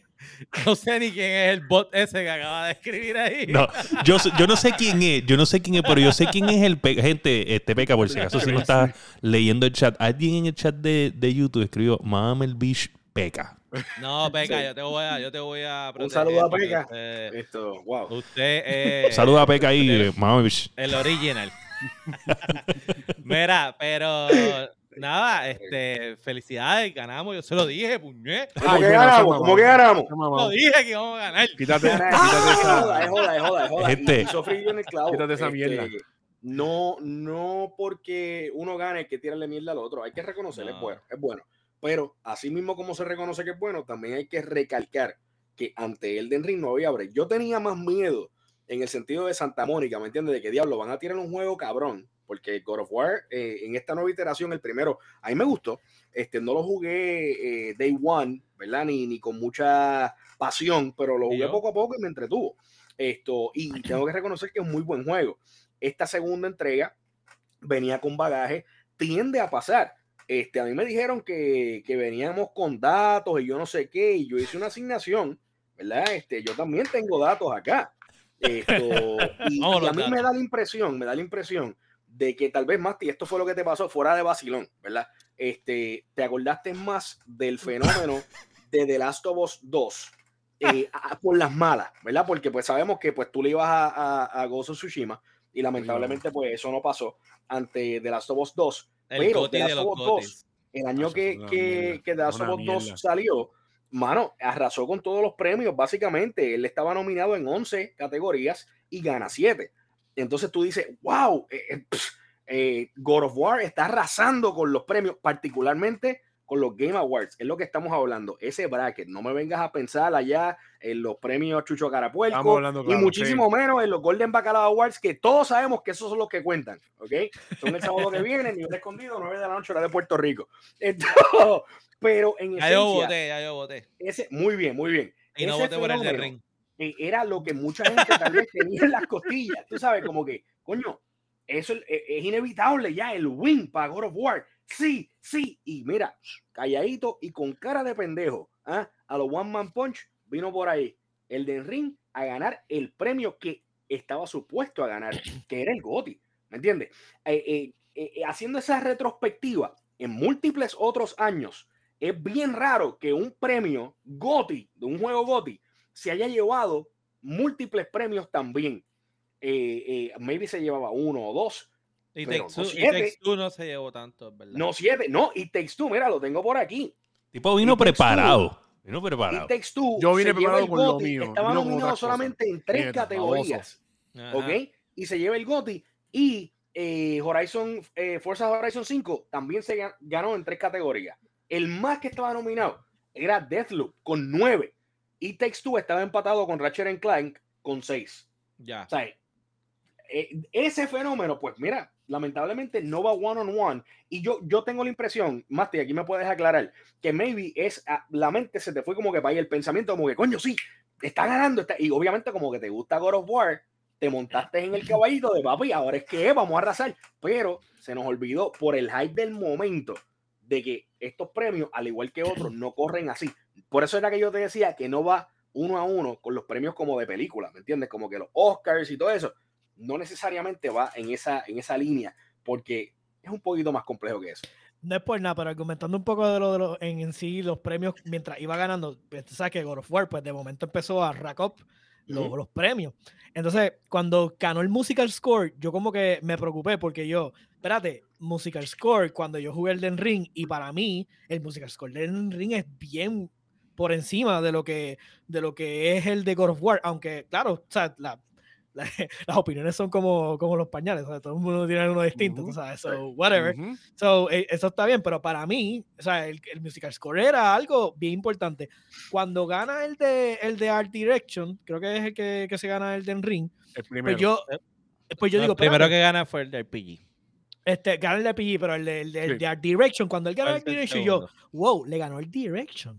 no sé ni quién es el bot ese que acaba de escribir ahí. No, yo, sé- yo no sé quién es, yo no sé quién es, pero yo sé quién es el pe- gente, este Peca, por si acaso si no está leyendo el chat. Alguien en el chat de, de YouTube escribió Mamel Beach Peca. No, Peca, Sí. yo te voy a, yo te voy a Un proteger saludo a porque Peca. Usted, Esto, wow. usted es Saluda a Peca ahí, usted- eh, Mamel Beach. el original. Mira, pero nada, este, felicidades, ganamos, yo se lo dije, puñet. ¿Cómo Ay, que mira, ganamos? esa ¿Cómo mamá. que ganamos? Esa mamá. Lo dije que íbamos a ganar. Quítate, Es quítate joda, es esa. joda, es joda, es joda. Gente. Y, y Sofri dio en el clavo. Quítate esa mierda. No, no porque uno gane hay que tirarle mierda al otro. Hay que reconocer, es No. bueno, es bueno. Pero así mismo como se reconoce que es bueno, también hay que recalcar que ante Elden Ring no había break. Yo tenía más miedo en el sentido de Santa Mónica, ¿me entiendes? De que diablo, van a tirar un juego cabrón. Porque God of War, eh, en esta nueva iteración, el primero, a mí me gustó. Este, no lo jugué eh, day one, ¿verdad? Ni, ni con mucha pasión, pero lo ¿Y jugué yo? poco a poco y me entretuvo. Esto, y tengo que reconocer que es un muy buen juego. Esta segunda entrega venía con bagaje, tiende a pasar. Este, a mí me dijeron que, que veníamos con datos y yo no sé qué, y yo hice una asignación, ¿verdad? Este, yo también tengo datos acá. Esto, y, Vamos, y a los mí me datos. da la impresión, me da la impresión de que tal vez, Masti, esto fue lo que te pasó fuera de vacilón, ¿verdad? Este, te acordaste más del fenómeno de The Last of Us dos eh, a- por las malas, ¿verdad? Porque pues sabemos que pues tú le ibas a, a, a Ghost of Tsushima y lamentablemente pues eso no pasó ante The Last of Us dos. El Pero goti The de Last los of Us gotis. dos, el año Ah, que, eso es una que, mierda, que The Last una of Us dos mierda. salió, mano, arrasó con todos los premios, básicamente. Él estaba nominado en once categorías y gana siete. Entonces tú dices, wow, eh, eh, pff, eh, God of War está arrasando con los premios, particularmente con los Game Awards. Es lo que estamos hablando, ese bracket. No me vengas a pensar allá en los premios Chucho Estamos Carapuerco hablando y claro, muchísimo menos en los Golden Bacalao Awards, que todos sabemos que esos son los que cuentan, ¿ok? Son el sábado que viene, nivel escondido, nueve de la noche, hora de Puerto Rico. Entonces, pero en Ya yo esencia, voté, ya yo voté. ese, muy bien, muy bien. Y no Ese voté por el de fenómeno, ring. eh, era lo que mucha gente tal vez tenía en las costillas. Tú sabes, como que, coño, eso es, es inevitable ya, el win para God of War. Sí, sí. Y mira, calladito y con cara de pendejo, ¿ah? A los One Man Punch vino por ahí el de Ring a ganar el premio que estaba supuesto a ganar, que era el GOTY. ¿Me entiendes? Eh, eh, eh, haciendo esa retrospectiva en múltiples otros años, es bien raro que un premio GOTY, de un juego GOTY, se haya llevado múltiples premios también. eh, eh, maybe se llevaba uno o dos. Y pero Takes no Two- y siete. Takes Two no se llevó tanto, es verdad. No siete, no, It Takes Two, mira, lo tengo por aquí. Tipo vino It Takes preparado. Vino It preparado. Takes Two Yo vine se lleva preparado el con lo GOTY, mío, estaba vino con nominado otras cosas. solamente en tres Mierda, categorías, Ajá. ¿ok? Y se lleva el GOTY y eh, Horizon, eh, Forza Horizon cinco también se gan- ganó en tres categorías. El más que estaba nominado era Deathloop con nueve. It Takes Two estaba empatado con Ratchet and Clank con seis. Ya. O sea, eh, ese fenómeno, pues mira, lamentablemente no va one on one. Y yo, yo tengo la impresión, Masti, aquí me puedes aclarar, que maybe es ah, la mente se te fue como que para ahí el pensamiento, como que coño, sí, está ganando. Está... Y obviamente, como que te gusta God of War, te montaste en el caballito de papi, ahora es que vamos a arrasar. Pero se nos olvidó por el hype del momento de que estos premios, al igual que otros, no corren así. Por eso era que yo te decía que no va uno a uno con los premios como de película, ¿me entiendes? Como que los Oscars y todo eso. No necesariamente va en esa, en esa línea, porque es un poquito más complejo que eso. No es por nada, pero argumentando un poco de lo de los, en, en sí los premios mientras iba ganando, pues, tú sabes que God of War, pues de momento empezó a rack up los, Ujú. los premios. Entonces, cuando ganó el musical score, yo como que me preocupé porque yo, espérate, musical score, cuando yo jugué el Elden Ring, y para mí, el musical score del Elden Ring es bien por encima de lo que, de lo que es el de God of War, aunque, claro, o sea, la, la, las opiniones son como, como los pañales, o sea, todo el mundo tiene uno distinto, Ujú. tú sabes, so, whatever. Ujú. So, eh, eso está bien, pero para mí, o sea, el, el musical score era algo bien importante. Cuando gana el de, el de Art Direction, creo que es el que, que se gana el de Ring, El primero. pues yo, pues yo No, digo, el primero espérate, que gana fue el de R P G. este, gana el de P G, pero el de, el de, el Sí. de Art Direction, cuando él gana Fue el el Direction, yo, segundo. wow, le ganó el Direction.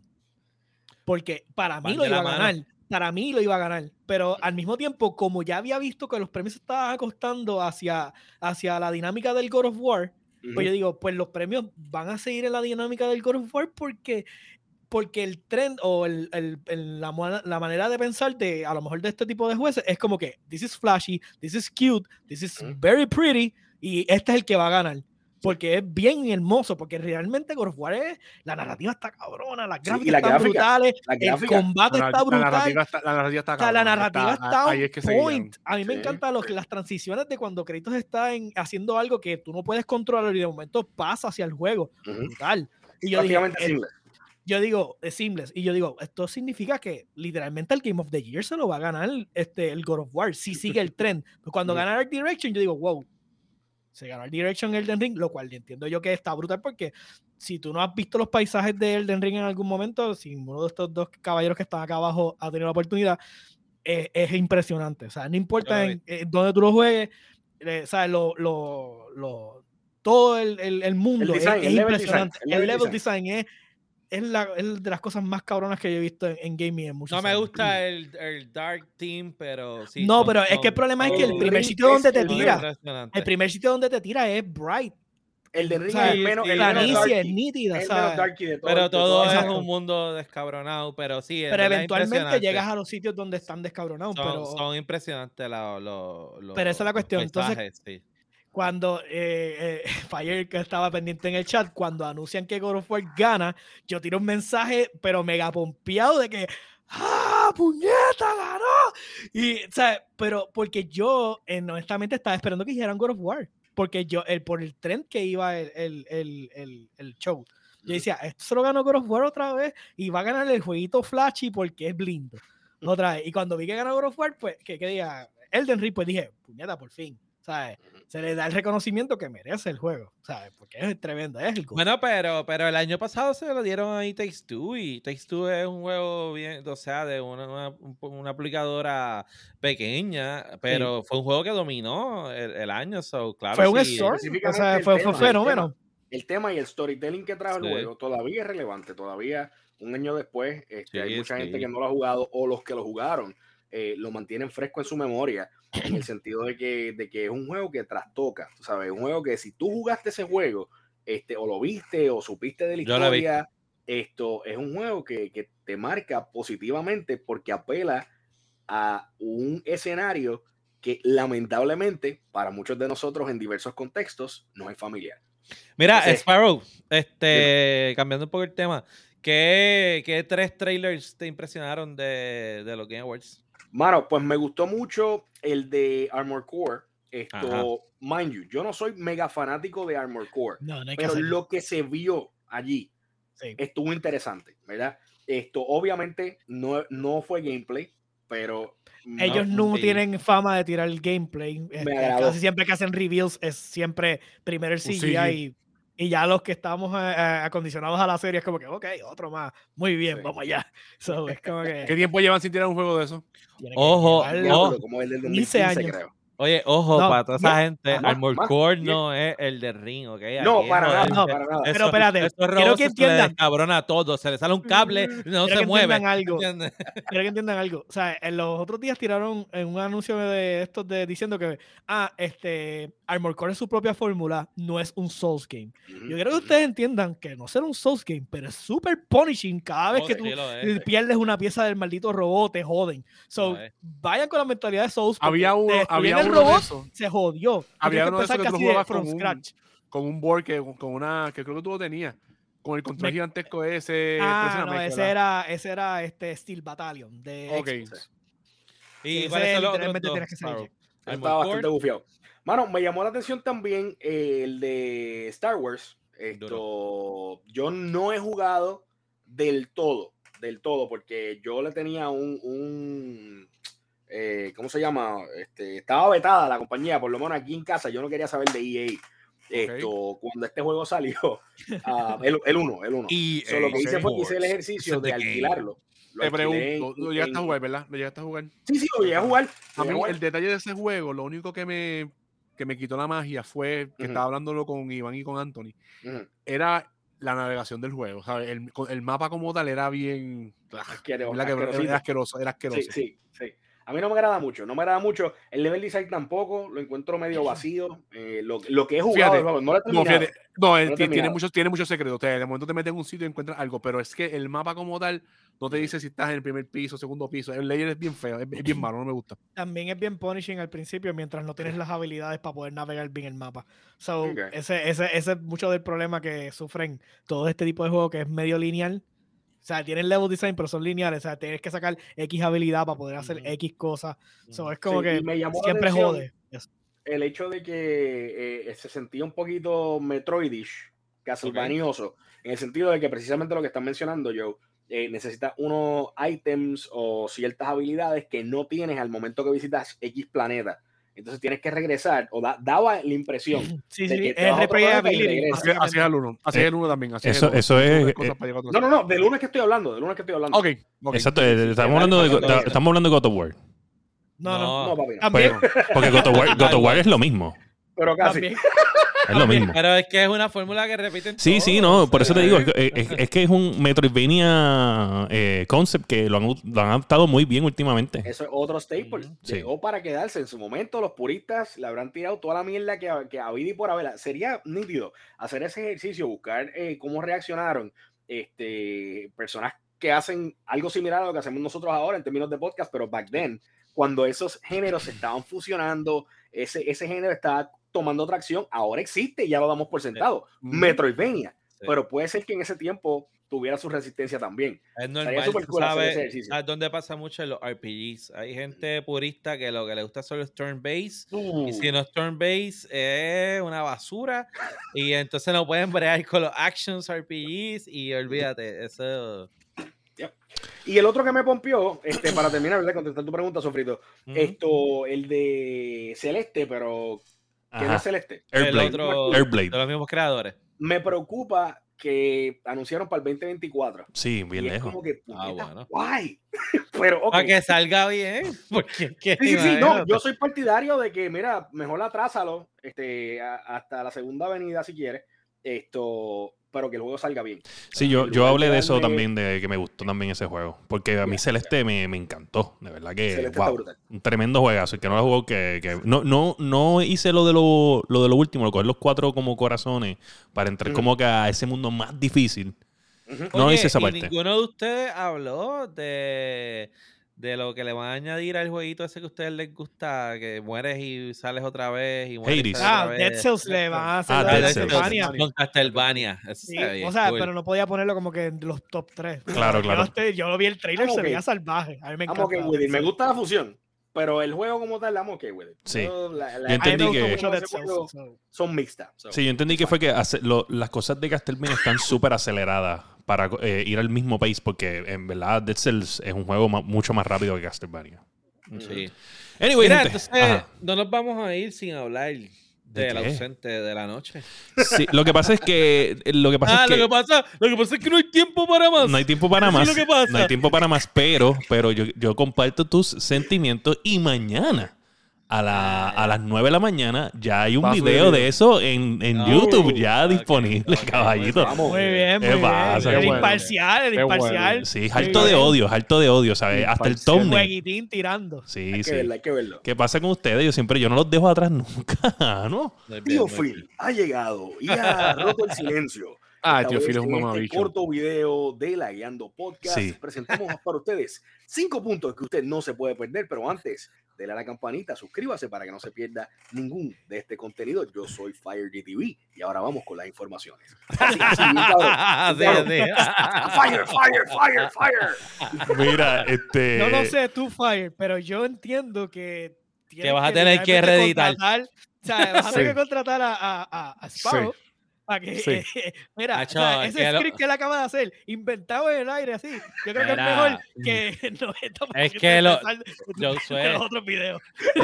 Porque para mí Van lo de iba la a mano. ganar. Para mí lo iba a ganar. Pero al mismo tiempo, como ya había visto que los premios se estaban acostando hacia, hacia la dinámica del God of War, Ujú. pues yo digo, pues los premios van a seguir en la dinámica del God of War porque, porque el trend o el, el- el- la, mo- la manera de pensar de a lo mejor de este tipo de jueces es como que this is flashy, this is cute, this is Ujú. very pretty y este es el que va a ganar. Porque es bien hermoso, porque realmente God of War es, la narrativa está cabrona, las Sí, gráficas y las están gráficas, brutales, las el gráficas. combate La, está la brutal. narrativa está, la narrativa está O sea, la cabrona. narrativa Está- está ahí on es que se guían. point. A mí me Sí. encantan los- las transiciones de cuando Kratos está en- haciendo algo que tú no puedes controlar y de momento pasa hacia el juego. Ujú. Brutal. Y yo dije, Prácticamente eh, simple. yo digo, es seamless. Y yo digo, esto significa que literalmente el Game of the Year se lo va a ganar este, el God of War, si sigue el tren. Pues cuando Ujú. gana Art Direction, yo digo, wow, se ganó el Direction Elden Ring, lo cual entiendo yo que está brutal porque si tú no has visto los paisajes de Elden Ring en algún momento, si uno de estos dos caballeros que están acá abajo ha tenido la oportunidad, es, es impresionante. O sea, no importa Yo lo en, en dónde tú lo juegues, eh, ¿sabes? Lo, lo, lo, todo el, el, el mundo El design, es, el es level impresionante. design, el el level level design, es, es, la, es de las cosas más cabronas que yo he visto en, en gaming en muchos No me años. gusta el, el Dark Team, pero sí. No, son- pero es que el son- problema es que El el de primer Ring sitio donde es te el tira, impresionante. el primer sitio donde te tira es Bright. El de O Ring sea, es el menos, sí, el menos planicie, es darky. nítida, Es el menos ¿sabes? darky de todo. Pero de todo es Exacto. un mundo descabronado, pero sí, en Pero verdad eventualmente impresionante. llegas a los sitios donde están descabronados. Son, pero, son impresionantes los, los, los, pero esa es la los cuestión. Entonces, paisajes, sí. cuando eh, eh, Fire, que estaba pendiente en el chat, cuando anuncian que God of War gana, yo tiro un mensaje, pero mega pompeado de que ¡ah, puñeta, ganó! Y, o sea, pero porque yo, eh, honestamente, estaba esperando que dijeran God of War. Porque yo, el, por el trend que iba el, el, el, el, el show, yo decía, esto se lo ganó God of War otra vez y va a ganar el jueguito flashy porque es blindo. Otra vez. Y cuando vi que ganó God of War, pues, que, que diga Elden Ring, pues dije, puñeta, por fin. ¿Sabes? Se le da el reconocimiento que merece el juego, ¿sabes? Porque es tremendo, es el God. Bueno, pero, pero el año pasado se lo dieron a It Takes Two y It Takes Two es un juego bien, o sea, de una, una, una aplicadora pequeña, pero fue un juego que dominó el, el año, so, claro. Fue un sí, story, o Específicamente sea, el fue, tema, fue el fenómeno. tema. El tema y el storytelling que trajo Sí. el juego todavía es relevante. Todavía, un año después, este, Sí, hay mucha sí. gente que no lo ha jugado o los que lo jugaron eh, lo mantienen fresco en su memoria, en el sentido de que, de que es un juego que trastoca, tú sabes, un juego que si tú jugaste ese juego, este, o lo viste o supiste de la Yo lo vi. historia, esto es un juego que, que te marca positivamente porque apela a un escenario que lamentablemente para muchos de nosotros en diversos contextos no es familiar. Mira, Entonces, Sparrow, este, cambiando un poco el tema, ¿qué, qué tres trailers te impresionaron de, de los Game Awards? Mano, pues me gustó mucho el de Armored Core. Esto, Ajá. mind you, yo no soy mega fanático de Armored Core, No, no hay que pero hacerlo. lo que se vio allí Sí. estuvo interesante, ¿verdad? Esto obviamente no, no fue gameplay, pero Ellos No, no sí. tienen fama de tirar el gameplay. Este, agradó. casi siempre que hacen reveals es siempre primero el Un C G I C G. y, y ya los que estamos eh, eh, acondicionados a la serie es como que, ok, otro más. Muy bien, Sí. vamos allá. So, es como que ¿Qué tiempo llevan sin tirar un juego de eso? tiene que Ojo, llevar diablo, Oh, como el del quince dos mil quince, años. creo. Oye, ojo, No, para toda esa diez, gente, más, Armored más, Core diez. no es el de Ring, ¿ok? No, Aquí, para nada, joder, no, que para nada. eso- Pero espérate, esos quiero robots que se les entiendan. descabrona todo, se le sale un cable y no Quiero se que mueve. entiendan algo. ¿Entiendes? Quiero que entiendan algo. O sea, en los otros días tiraron en un anuncio de estos de diciendo que, ah, este, Armored Core es su propia fórmula, no es un Souls game. Ujú, Yo quiero que ujú. ustedes entiendan que no será un Souls game, pero es súper punishing cada vez Oh, que sí, tú lo es. pierdes una pieza del maldito robot, te joden. So, Lo es. vayan con la mentalidad de Souls. porque Había te uno, destruyen había el uno de robot, esos. se jodió. Tú Había tienes que uno de esos empezar que tú casi de jugabas from con un, scratch. con un board que con una que creo que tú lo tenías. Con el control Me- gigantesco ese. Ah, ese era no, Mech, ese ¿verdad? era, ese era este Steel Battalion de Ok. Xbox. ¿Y Ese cuáles son los otros literalmente dos? tienes que ser Sparrow? eject. Eso Armored estaba bastante Core, bufiado. Mano, me llamó la atención también eh, el de Star Wars. Esto, Duro. yo no he jugado del todo, del todo, porque yo le tenía un, un eh, ¿cómo se llama? Este, estaba vetada la compañía, por lo menos aquí en casa, yo no quería saber de E A. Esto, cuando este juego salió, ah, el, el uno, el uno. E A So, lo que hice fue que hice el Sports. ejercicio It's de the game. alquilarlo. Lo Te alquilé pregunto, en- lo llegaste a en- jugar, ¿verdad? Lo llegaste a jugar. Sí, sí, lo llegué a jugar. lo A llegué a mí, jugar. el detalle de ese juego, lo único que me, que me quitó la magia fue que Ujú. estaba hablándolo con Iván y con Anthony. Ujú. Era la navegación del juego. ¿Sabes? El, el mapa como tal era bien. Asqueroso, ¿verdad? Que asquerosito. era asqueroso, era asqueroso. Sí, sí, sí. A mí no me agrada mucho, no me agrada mucho. El level design tampoco, lo encuentro medio vacío. Eh, lo, lo que he jugado Fíjate, del juego, no lo he No, terminado. fíjate, no, él No lo he ti- tiene terminado. muchos, tiene muchos secretos. O sea, de momento te metes en un sitio y encuentras algo, pero es que el mapa como tal no te dice si estás en el primer piso, segundo piso. El layer es bien feo, es, es bien malo, no me gusta. También es bien punishing al principio mientras no tienes las habilidades para poder navegar bien el mapa. So, Ok. ese, ese, ese es mucho del problema que sufren todo este tipo de juegos que es medio lineal. O sea, tienen level design, pero son lineales. O sea, tienes que sacar X habilidad para poder hacer Ujú. X cosas. So, Ujú. es como Sí, y que me llamó la siempre atención jode. Eso. el hecho de que eh, se sentía un poquito Metroidish, Castlevaniaoso, en el sentido de que precisamente lo que están mencionando, Joe, eh, necesitas unos items o ciertas habilidades que no tienes al momento que visitas X planeta. Entonces tienes que regresar, o da- daba la impresión Sí, de sí, que te es vas a otro planeta y replayability. regresas. Así, así es el uno, así es el uno también. Así es Eso- el uno. eso Muchas es, cosas eh, para llegar a otro No, no, no, del uno es que estoy hablando, del uno es que estoy hablando. Ok, ok. Exacto, sí, eh, sí, estamos, sí, hablando de, sí, sí, sí. estamos hablando de God of War. No, no. No, papi, no. También, Pues, porque God of War, God of War es lo mismo. Pero casi. también. Es lo mismo. Pero es que es una fórmula que repiten Sí, todos, sí, no, o por eso te sea, digo, es, es- es que es un Metroidvania eh, concept que lo han, lo han adaptado muy bien últimamente. Eso es otro staple. Ujú. Sí. Llegó para quedarse. En su momento, los puristas le habrán tirado toda la mierda que, que había y por haber. Sería nítido hacer ese ejercicio, buscar eh, cómo reaccionaron este, personas que hacen algo similar a lo que hacemos nosotros ahora en términos de podcast, pero back then, cuando esos géneros se estaban fusionando, ese, ese género estaba tomando tracción, ahora existe y ya lo damos por sentado. Ujú. Metroidvania. Sí. Pero puede ser que en ese tiempo tuviera su resistencia también. Es Sería normal, súper tú cool hacer sabes, ese ejercicio. ¿sabes dónde pasa mucho en los R P Gs? Hay gente purista que lo que le gusta solo es turn-based. Y si no es turn-based, es una basura. Y entonces no pueden bregar con los actions R P Gs. Y olvídate, eso. Y el otro que me pompió, este, para terminar, ¿verdad? Contestar tu pregunta, Sofrito. Ujú. Esto, el de Celeste, pero ¿qué no Ajá. es Celeste? El Airblade. otro Airblade. de los mismos creadores. Me preocupa que anunciaron para el veinte veinticuatro. Sí, bien Y es lejos. como que, Ah, puñeta, bueno. guay. Pero, ok. Para que salga bien. Porque, que, Sí, sí, sí, no, imagínate. yo soy partidario de que, mira, mejor atrásalo este, a- hasta la segunda avenida si quieres, esto, pero que el juego salga bien. Sí, yo, En yo lugar hablé de eso darle- también, de que me gustó también ese juego. Porque a mí Ya. Celeste me, me encantó. De verdad que, Celeste está wow, brutal. un tremendo juegazo. El que no lo jugó, que, que no, no, no hice lo de lo, lo de lo último, lo coger los cuatro como corazones para entrar Ujú. como que a ese mundo más difícil. Ujú. No Oye, hice esa y parte. ninguno de ustedes habló de, de lo que le van a añadir al jueguito ese que a ustedes les gusta, que mueres y sales otra vez y mueres y Hades. sales Ah, otra Dead vez. Cells le van a hacer Ah, la Dead de Cells. Castlevania. Con Castlevania. Eso Sí, se ve bien o sea, cool. pero no podía ponerlo como que en los top tres. Claro, claro. Yo, este- yo vi el trailer, I'm se okay. veía salvaje. A mí me I'm encanta. okay with it. Me gusta la fusión, pero el juego como tal, I'm okay with it. Sí. Yo, la, la, Yo entendí a mí me que- gustó mucho Dead ese Cells. juego so. son mixtas. so. Sí, yo entendí que fue que hace- lo- las cosas de Castlevania están súper aceleradas para eh, ir al mismo pace, porque en verdad Dead Cells es un juego ma- mucho más rápido que Castlevania. Sí. Anyway, Mira, gente. entonces Ajá. no nos vamos a ir sin hablar ¿De del qué? ausente de la noche. Sí, lo que pasa es que lo que pasa Ah, es que lo que pasa, lo que pasa es que no hay tiempo para más. no hay tiempo para Eso es más. lo que pasa. No hay tiempo para más, pero, pero yo, yo comparto tus sentimientos y mañana a, la, a las nueve de la mañana ya hay un Va a subir video video. de eso en, en Oh, YouTube ya ok, disponible, ok, caballito. Vamos. Muy bien, muy ¿Qué bien. pasa? El Qué bueno. imparcial, el Qué bueno. imparcial. Sí, Muy harto de bien. odio, harto de odio, ¿sabes? Hasta el Imparcial. thumbnail. Jueguitín tirando. Sí, Hay que sí. verlo, hay que verlo. ¿Qué pasa con ustedes? Yo siempre, yo no los dejo atrás nunca, ¿no? Muy bien, Tío muy Phil bien. ha llegado y ha roto el silencio. Ah, Esta tío vez Phil es un en este mamabicho. corto video de La Guiando Podcast Sí. presentamos para ustedes cinco puntos que usted no se puede perder, pero antes, dele a la campanita, suscríbase para que no se pierda ningún de este contenido. Yo soy Fire G T V y ahora vamos con las informaciones. Así, así, bien cabrón, bien Sí, cabrón. sí. Fire, fire, fire, fire. Mira, este. Yo no sé tú, Fire, pero yo entiendo que tienes vas a tener que literalmente reeditar. contratar- O sea, vas a tener Sí. que contratar a, a, a, a Sparrow Sí. para que. Sí. Mira, o Hacho, sea, es ese que lo- script que él acaba de hacer, inventado en el aire así, yo creo que Mira, es mejor que noventa por ciento es que lo- empezar Yo de sé. los otros videos.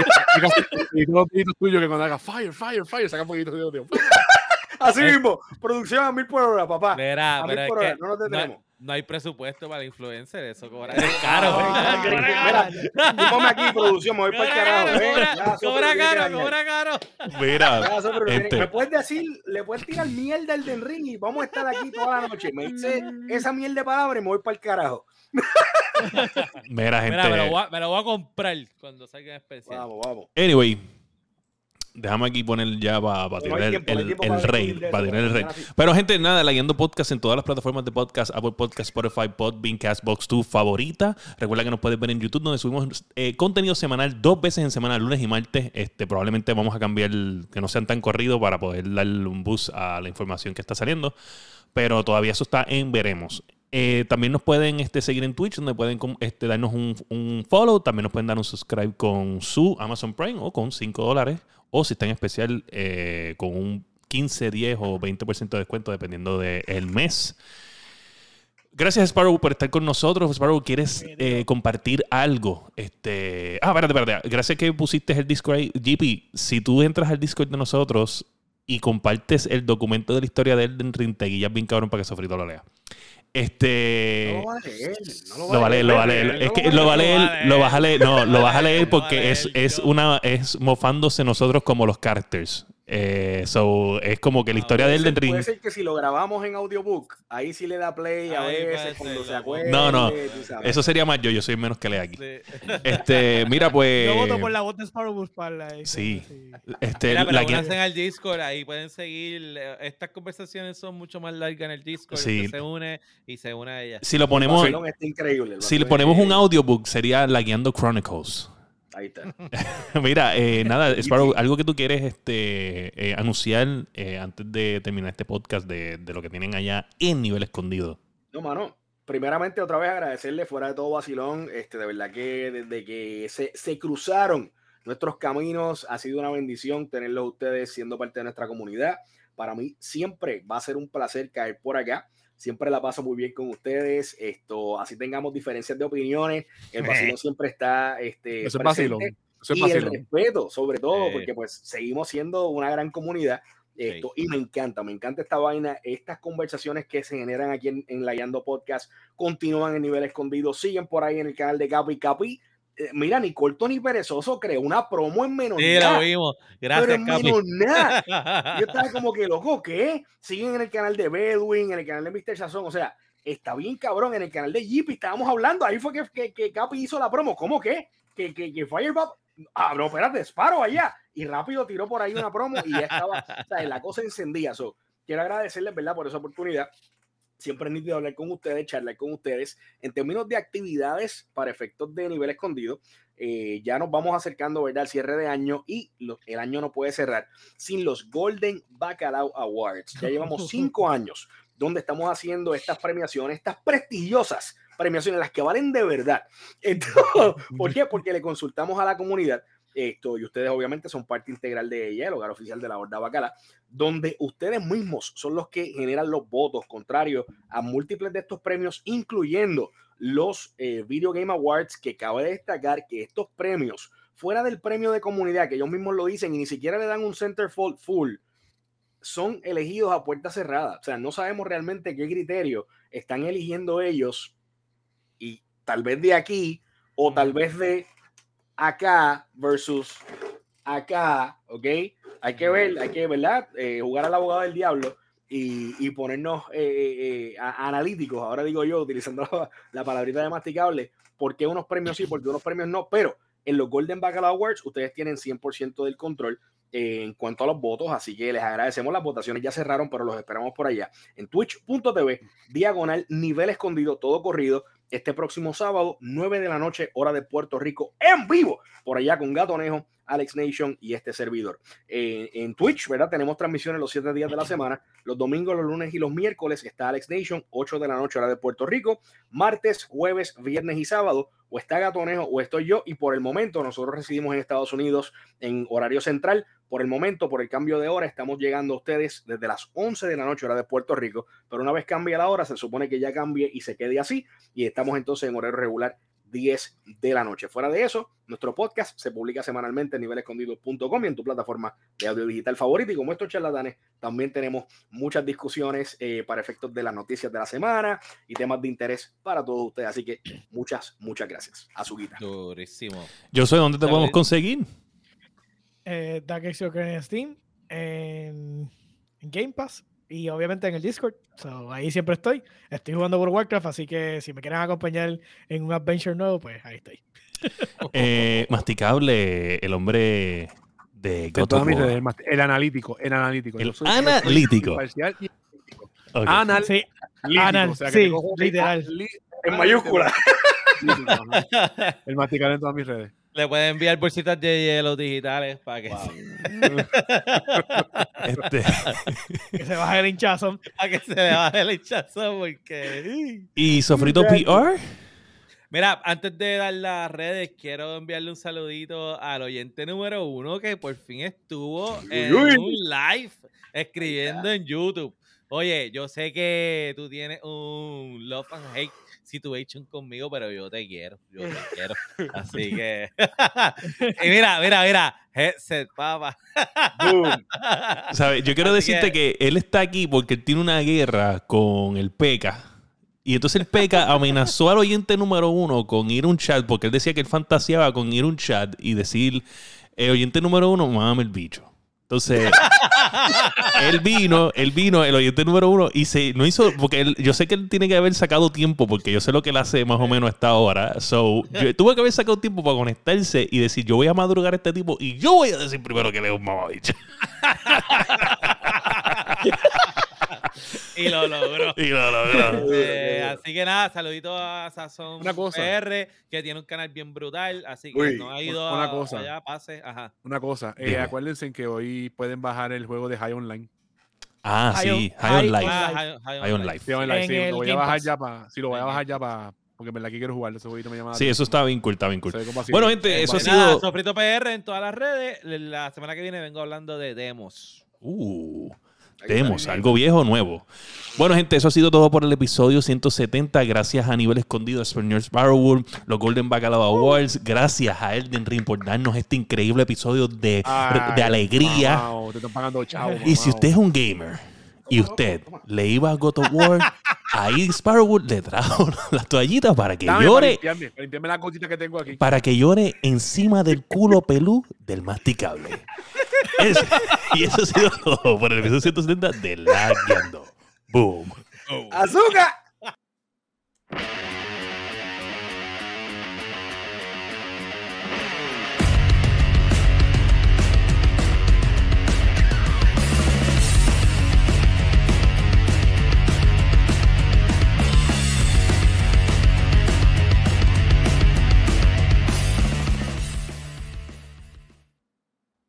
Y todos los deditos tuyos que cuando haga fire, fire, fire, saca un poquito de odio. Así Es- mismo, producción a mil por hora, papá. Mira, A mí pero es por ahora, que no nos no, hay, detenemos. no hay presupuesto para influencer, eso cobra es caro. Ah, Mira, cobra Póngame aquí, producción, me voy para el Cobra carajo. caro, ¿eh? cobra- Ya, Sopro, cobra lo tiene que caro, dañar. cobra caro. Mira, Ya, Sopro, lo tiene- gente. Me puedes decir, le puedes tirar mierda al del ring y vamos a estar aquí toda la noche. Me dice esa mierda de palabras y me voy para el carajo. Mira, gente. Mira, me lo, voy a, me lo voy a comprar cuando salga en especial. Vamos, vamos. Anyway, déjame aquí poner ya para No hay tirar el, tiempo, no hay el, tiempo el para rey. discutir de Para eso, tirar el rey. mañana sí. Pero, gente, nada, Leyendo Podcast en todas las plataformas de podcast: Apple Podcast, Spotify, Podbean, Castbox, tu favorita. Recuerda que nos puedes ver en YouTube, donde subimos eh, contenido semanal dos veces en semana, lunes y martes. Este, probablemente vamos a cambiar el- que no sean tan corridos para poder darle un boost a la información que está saliendo. Pero todavía eso está en veremos. Eh, también nos pueden este, seguir en Twitch, donde pueden com- este, darnos un, un follow. También nos pueden dar un subscribe con su Amazon Prime o con cinco dólares. O si está en especial, eh, con un quince, diez o veinte por ciento de descuento, dependiendo del mes. Gracias, Sparrow, por estar con nosotros. Sparrow, ¿quieres eh, compartir algo? Este... Ah, espérate, espérate. Gracias que pusiste el Discord ahí. G P, si tú entras al Discord de nosotros y compartes el documento de la historia de Elden Ring, te guías bien cabrón para que Sofrito lo lea. Este... No lo va a leer. No Lo va a leer, lo va a leer. Es que lo va a leer, lo vas a leer, no, lo vas a leer porque es, es una, es mofándose nosotros como los characters. Eh, so, es como que la historia de Puede Elden ser, Ring. puede ser que si lo grabamos en audiobook, ahí sí le da play a Ahí puede veces ser, cuando se loco. acuerde. No, no. tú sabes. Eso sería más yo, yo soy menos que lea aquí. Sí. Este, mira, pues. Yo voto por la voz de Sparrow para la. Sí. Este, Mira, pero la que- únanse al Discord, ahí pueden seguir. eh, Estas conversaciones son mucho más largas en el Discord. Sí. Usted se une y se une a ella. si lo El ponemos, vacilón está increíble. el si le vacilón ponemos es- un audiobook, sería La Guiando Chronicles. Ahí está. Mira, eh, nada, Sparrow, algo que tú quieres este, eh, anunciar eh, antes de terminar este podcast de, de lo que tienen allá en Nivel Escondido. No, mano. Primeramente, otra vez agradecerle fuera de todo vacilón. Este, de verdad que desde que se, se cruzaron nuestros caminos, ha sido una bendición tenerlos ustedes siendo parte de nuestra comunidad. Para mí siempre va a ser un placer caer por acá. Siempre la paso muy bien con ustedes. Esto, así tengamos diferencias de opiniones. El vacilón siempre está este, Eso es presente. vacilón. Eso es Y el vacilón. respeto, sobre todo, Sí. porque pues seguimos siendo una gran comunidad. Esto, y me encanta, me encanta esta vaina. Estas conversaciones que se generan aquí en, en Layando Podcast continúan en Nivel Escondido, siguen por ahí en el canal de Capi Capi. Eh, mira, ni corto ni perezoso creó una promo en menos Sí, nada, lo vimos. pero Gracias, en Capi. menos nada. Yo estaba como que loco, ¿qué? Siguen en el canal de Bedwin, en el canal de mister Sazón, o sea, está bien cabrón. En el canal de Jeepy estábamos hablando, ahí fue que, que, que Capi hizo la promo. ¿Cómo que? Que, que, que Fireball, ah, no, espérate, disparo allá. Y rápido tiró por ahí una promo y ya estaba, o sea, la cosa encendía. So, quiero agradecerles, ¿verdad?, por esa oportunidad. siempre es nítido hablar con ustedes, charlar con ustedes. En términos de actividades para efectos de nivel escondido, eh, ya nos vamos acercando, ¿verdad?, al cierre de año y lo, el año no puede cerrar sin los Golden Bacalao Awards. Ya llevamos cinco años donde estamos haciendo estas premiaciones, estas prestigiosas premiaciones, las que valen de verdad. Entonces, ¿por qué? Porque le consultamos a la comunidad esto, y ustedes obviamente son parte integral de ella, el hogar oficial de la Horda Bacala, donde ustedes mismos son los que generan los votos, contrario a múltiples de estos premios, incluyendo los eh, Video Game Awards, que cabe destacar que estos premios, fuera del premio de comunidad, que ellos mismos lo dicen y ni siquiera le dan un centerfold full, son elegidos a puerta cerrada. O sea, no sabemos realmente qué criterio están eligiendo ellos, y tal vez de aquí o tal vez de acá versus acá, ¿ok? Hay que ver, hay que, ¿verdad? Eh, jugar al abogado del diablo y, y ponernos eh, eh, a, analíticos, ahora digo yo, utilizando la, la palabrita de masticable, por qué unos premios sí, por qué unos premios no, pero en los Golden Bacalao Awards ustedes tienen cien por ciento del control eh, en cuanto a los votos, así que les agradecemos. Las votaciones ya cerraron, pero los esperamos por allá en twitch punto tv, diagonal, nivel escondido, todo corrido, este próximo sábado, nueve de la noche, hora de Puerto Rico, en vivo, por allá con Gatonejo, Alex Nation y este servidor. Eh, en Twitch, ¿verdad? Tenemos transmisiones los siete días de la semana. Los domingos, los lunes y los miércoles está Alex Nation, ocho de la noche, hora de Puerto Rico. Martes, jueves, viernes y sábado, o está Gatonejo o estoy yo. Y por el momento, nosotros residimos en Estados Unidos en horario central. Por el momento, por el cambio de hora, estamos llegando a ustedes desde las once de la noche, hora de Puerto Rico. Pero una vez cambie la hora, se supone que ya cambie y se quede así. Y estamos entonces en horario regular, diez de la noche. Fuera de eso, nuestro podcast se publica semanalmente en nivel escondido punto com y en tu plataforma de audio digital favorita. Y como estos charlatanes, también tenemos muchas discusiones eh, para efectos de las noticias de la semana y temas de interés para todos ustedes. Así que muchas, muchas gracias. Azuquita. Durísimo. Yo sé dónde te podemos conseguir. Eh, Dark Age en Steam, en, en Game Pass y obviamente en el Discord. So, ahí siempre estoy. Estoy jugando por Warcraft, así que si me quieren acompañar en un adventure nuevo, pues ahí estoy. eh, masticable, el hombre de God of War. El, el analítico, el analítico. El analítico. Y okay. Anal, sí, lítico, anal, o sea, sí, que literal. Li, en mayúscula. El masticable en todas mis redes. Le pueden enviar bolsitas de hielo digitales para que, Wow. este. Que se baje el hinchazo. para que se le baje el hinchazo porque... ¿Y Sofrito P R? Mira, antes de dar las redes, quiero enviarle un saludito al oyente número uno que por fin estuvo en Uy. un live escribiendo en YouTube. Oye, yo sé que tú tienes un love and hate situation conmigo, pero yo te quiero, yo te quiero. Así que... y mira, mira, mira, headset, papá. ¿Sabes? Yo quiero Así decirte que... que él está aquí porque él tiene una guerra con el P E K A. Y entonces el P E K A amenazó al oyente número uno con ir a un chat, porque él decía que él fantaseaba con ir a un chat y decir, eh, oyente número uno, mámame el bicho. Entonces, él vino, él vino, el oyente número uno, y se no hizo, porque él, yo sé que él tiene que haber sacado tiempo, porque yo sé lo que él hace más o menos a esta hora. So, yo tuve que haber sacado tiempo para conectarse y decir, yo voy a madrugar a este tipo y yo voy a decir primero que le es un mamabicho. Y lo logró. Y lo logró. Eh, así que nada, saludito a Sazón Una cosa. P R, que tiene un canal bien brutal, así que Uy, no ha ido una a, cosa. allá, pase, ajá. Una cosa, eh, Dime. acuérdense que hoy pueden bajar el juego de High Online. Ah, High sí, on- High on High Life. on- Ah, Live. High- High on High on Life. Life. Sí, online, En sí, el lo voy a Game bajar Pass. ya para, sí, lo voy a En bajar el- ya para, porque en verdad que quiero jugarlo, ese jueguito me llama la Sí, eso atención. está bien cool, está bien cool. Se ve como así. Bueno, gente, eso ha Pues nada, sido... Sofrito P R en todas las redes. La semana que viene vengo hablando de demos. Uh, Ahí demos, está. algo viejo o nuevo. Bueno, gente, eso ha sido todo por el episodio ciento setenta. Gracias a Nivel Escondido, a Señor Sparrowwood, los Golden Bacalao Awards. Gracias a Elden Ring por darnos este increíble episodio de, Ay, de alegría. mamao, te están pagando chavo, Y si mamao. usted es un gamer y usted le iba a God of War, ahí Sparrowwood le trajo las toallitas para que Dame para llore, limpiarme, para limpiarme las gotitas que tengo aquí. para que llore encima del culo pelú del masticable. Es- y eso ha sido todo por el episodio ciento setenta de Lagueando. Boom. ¡Azúcar!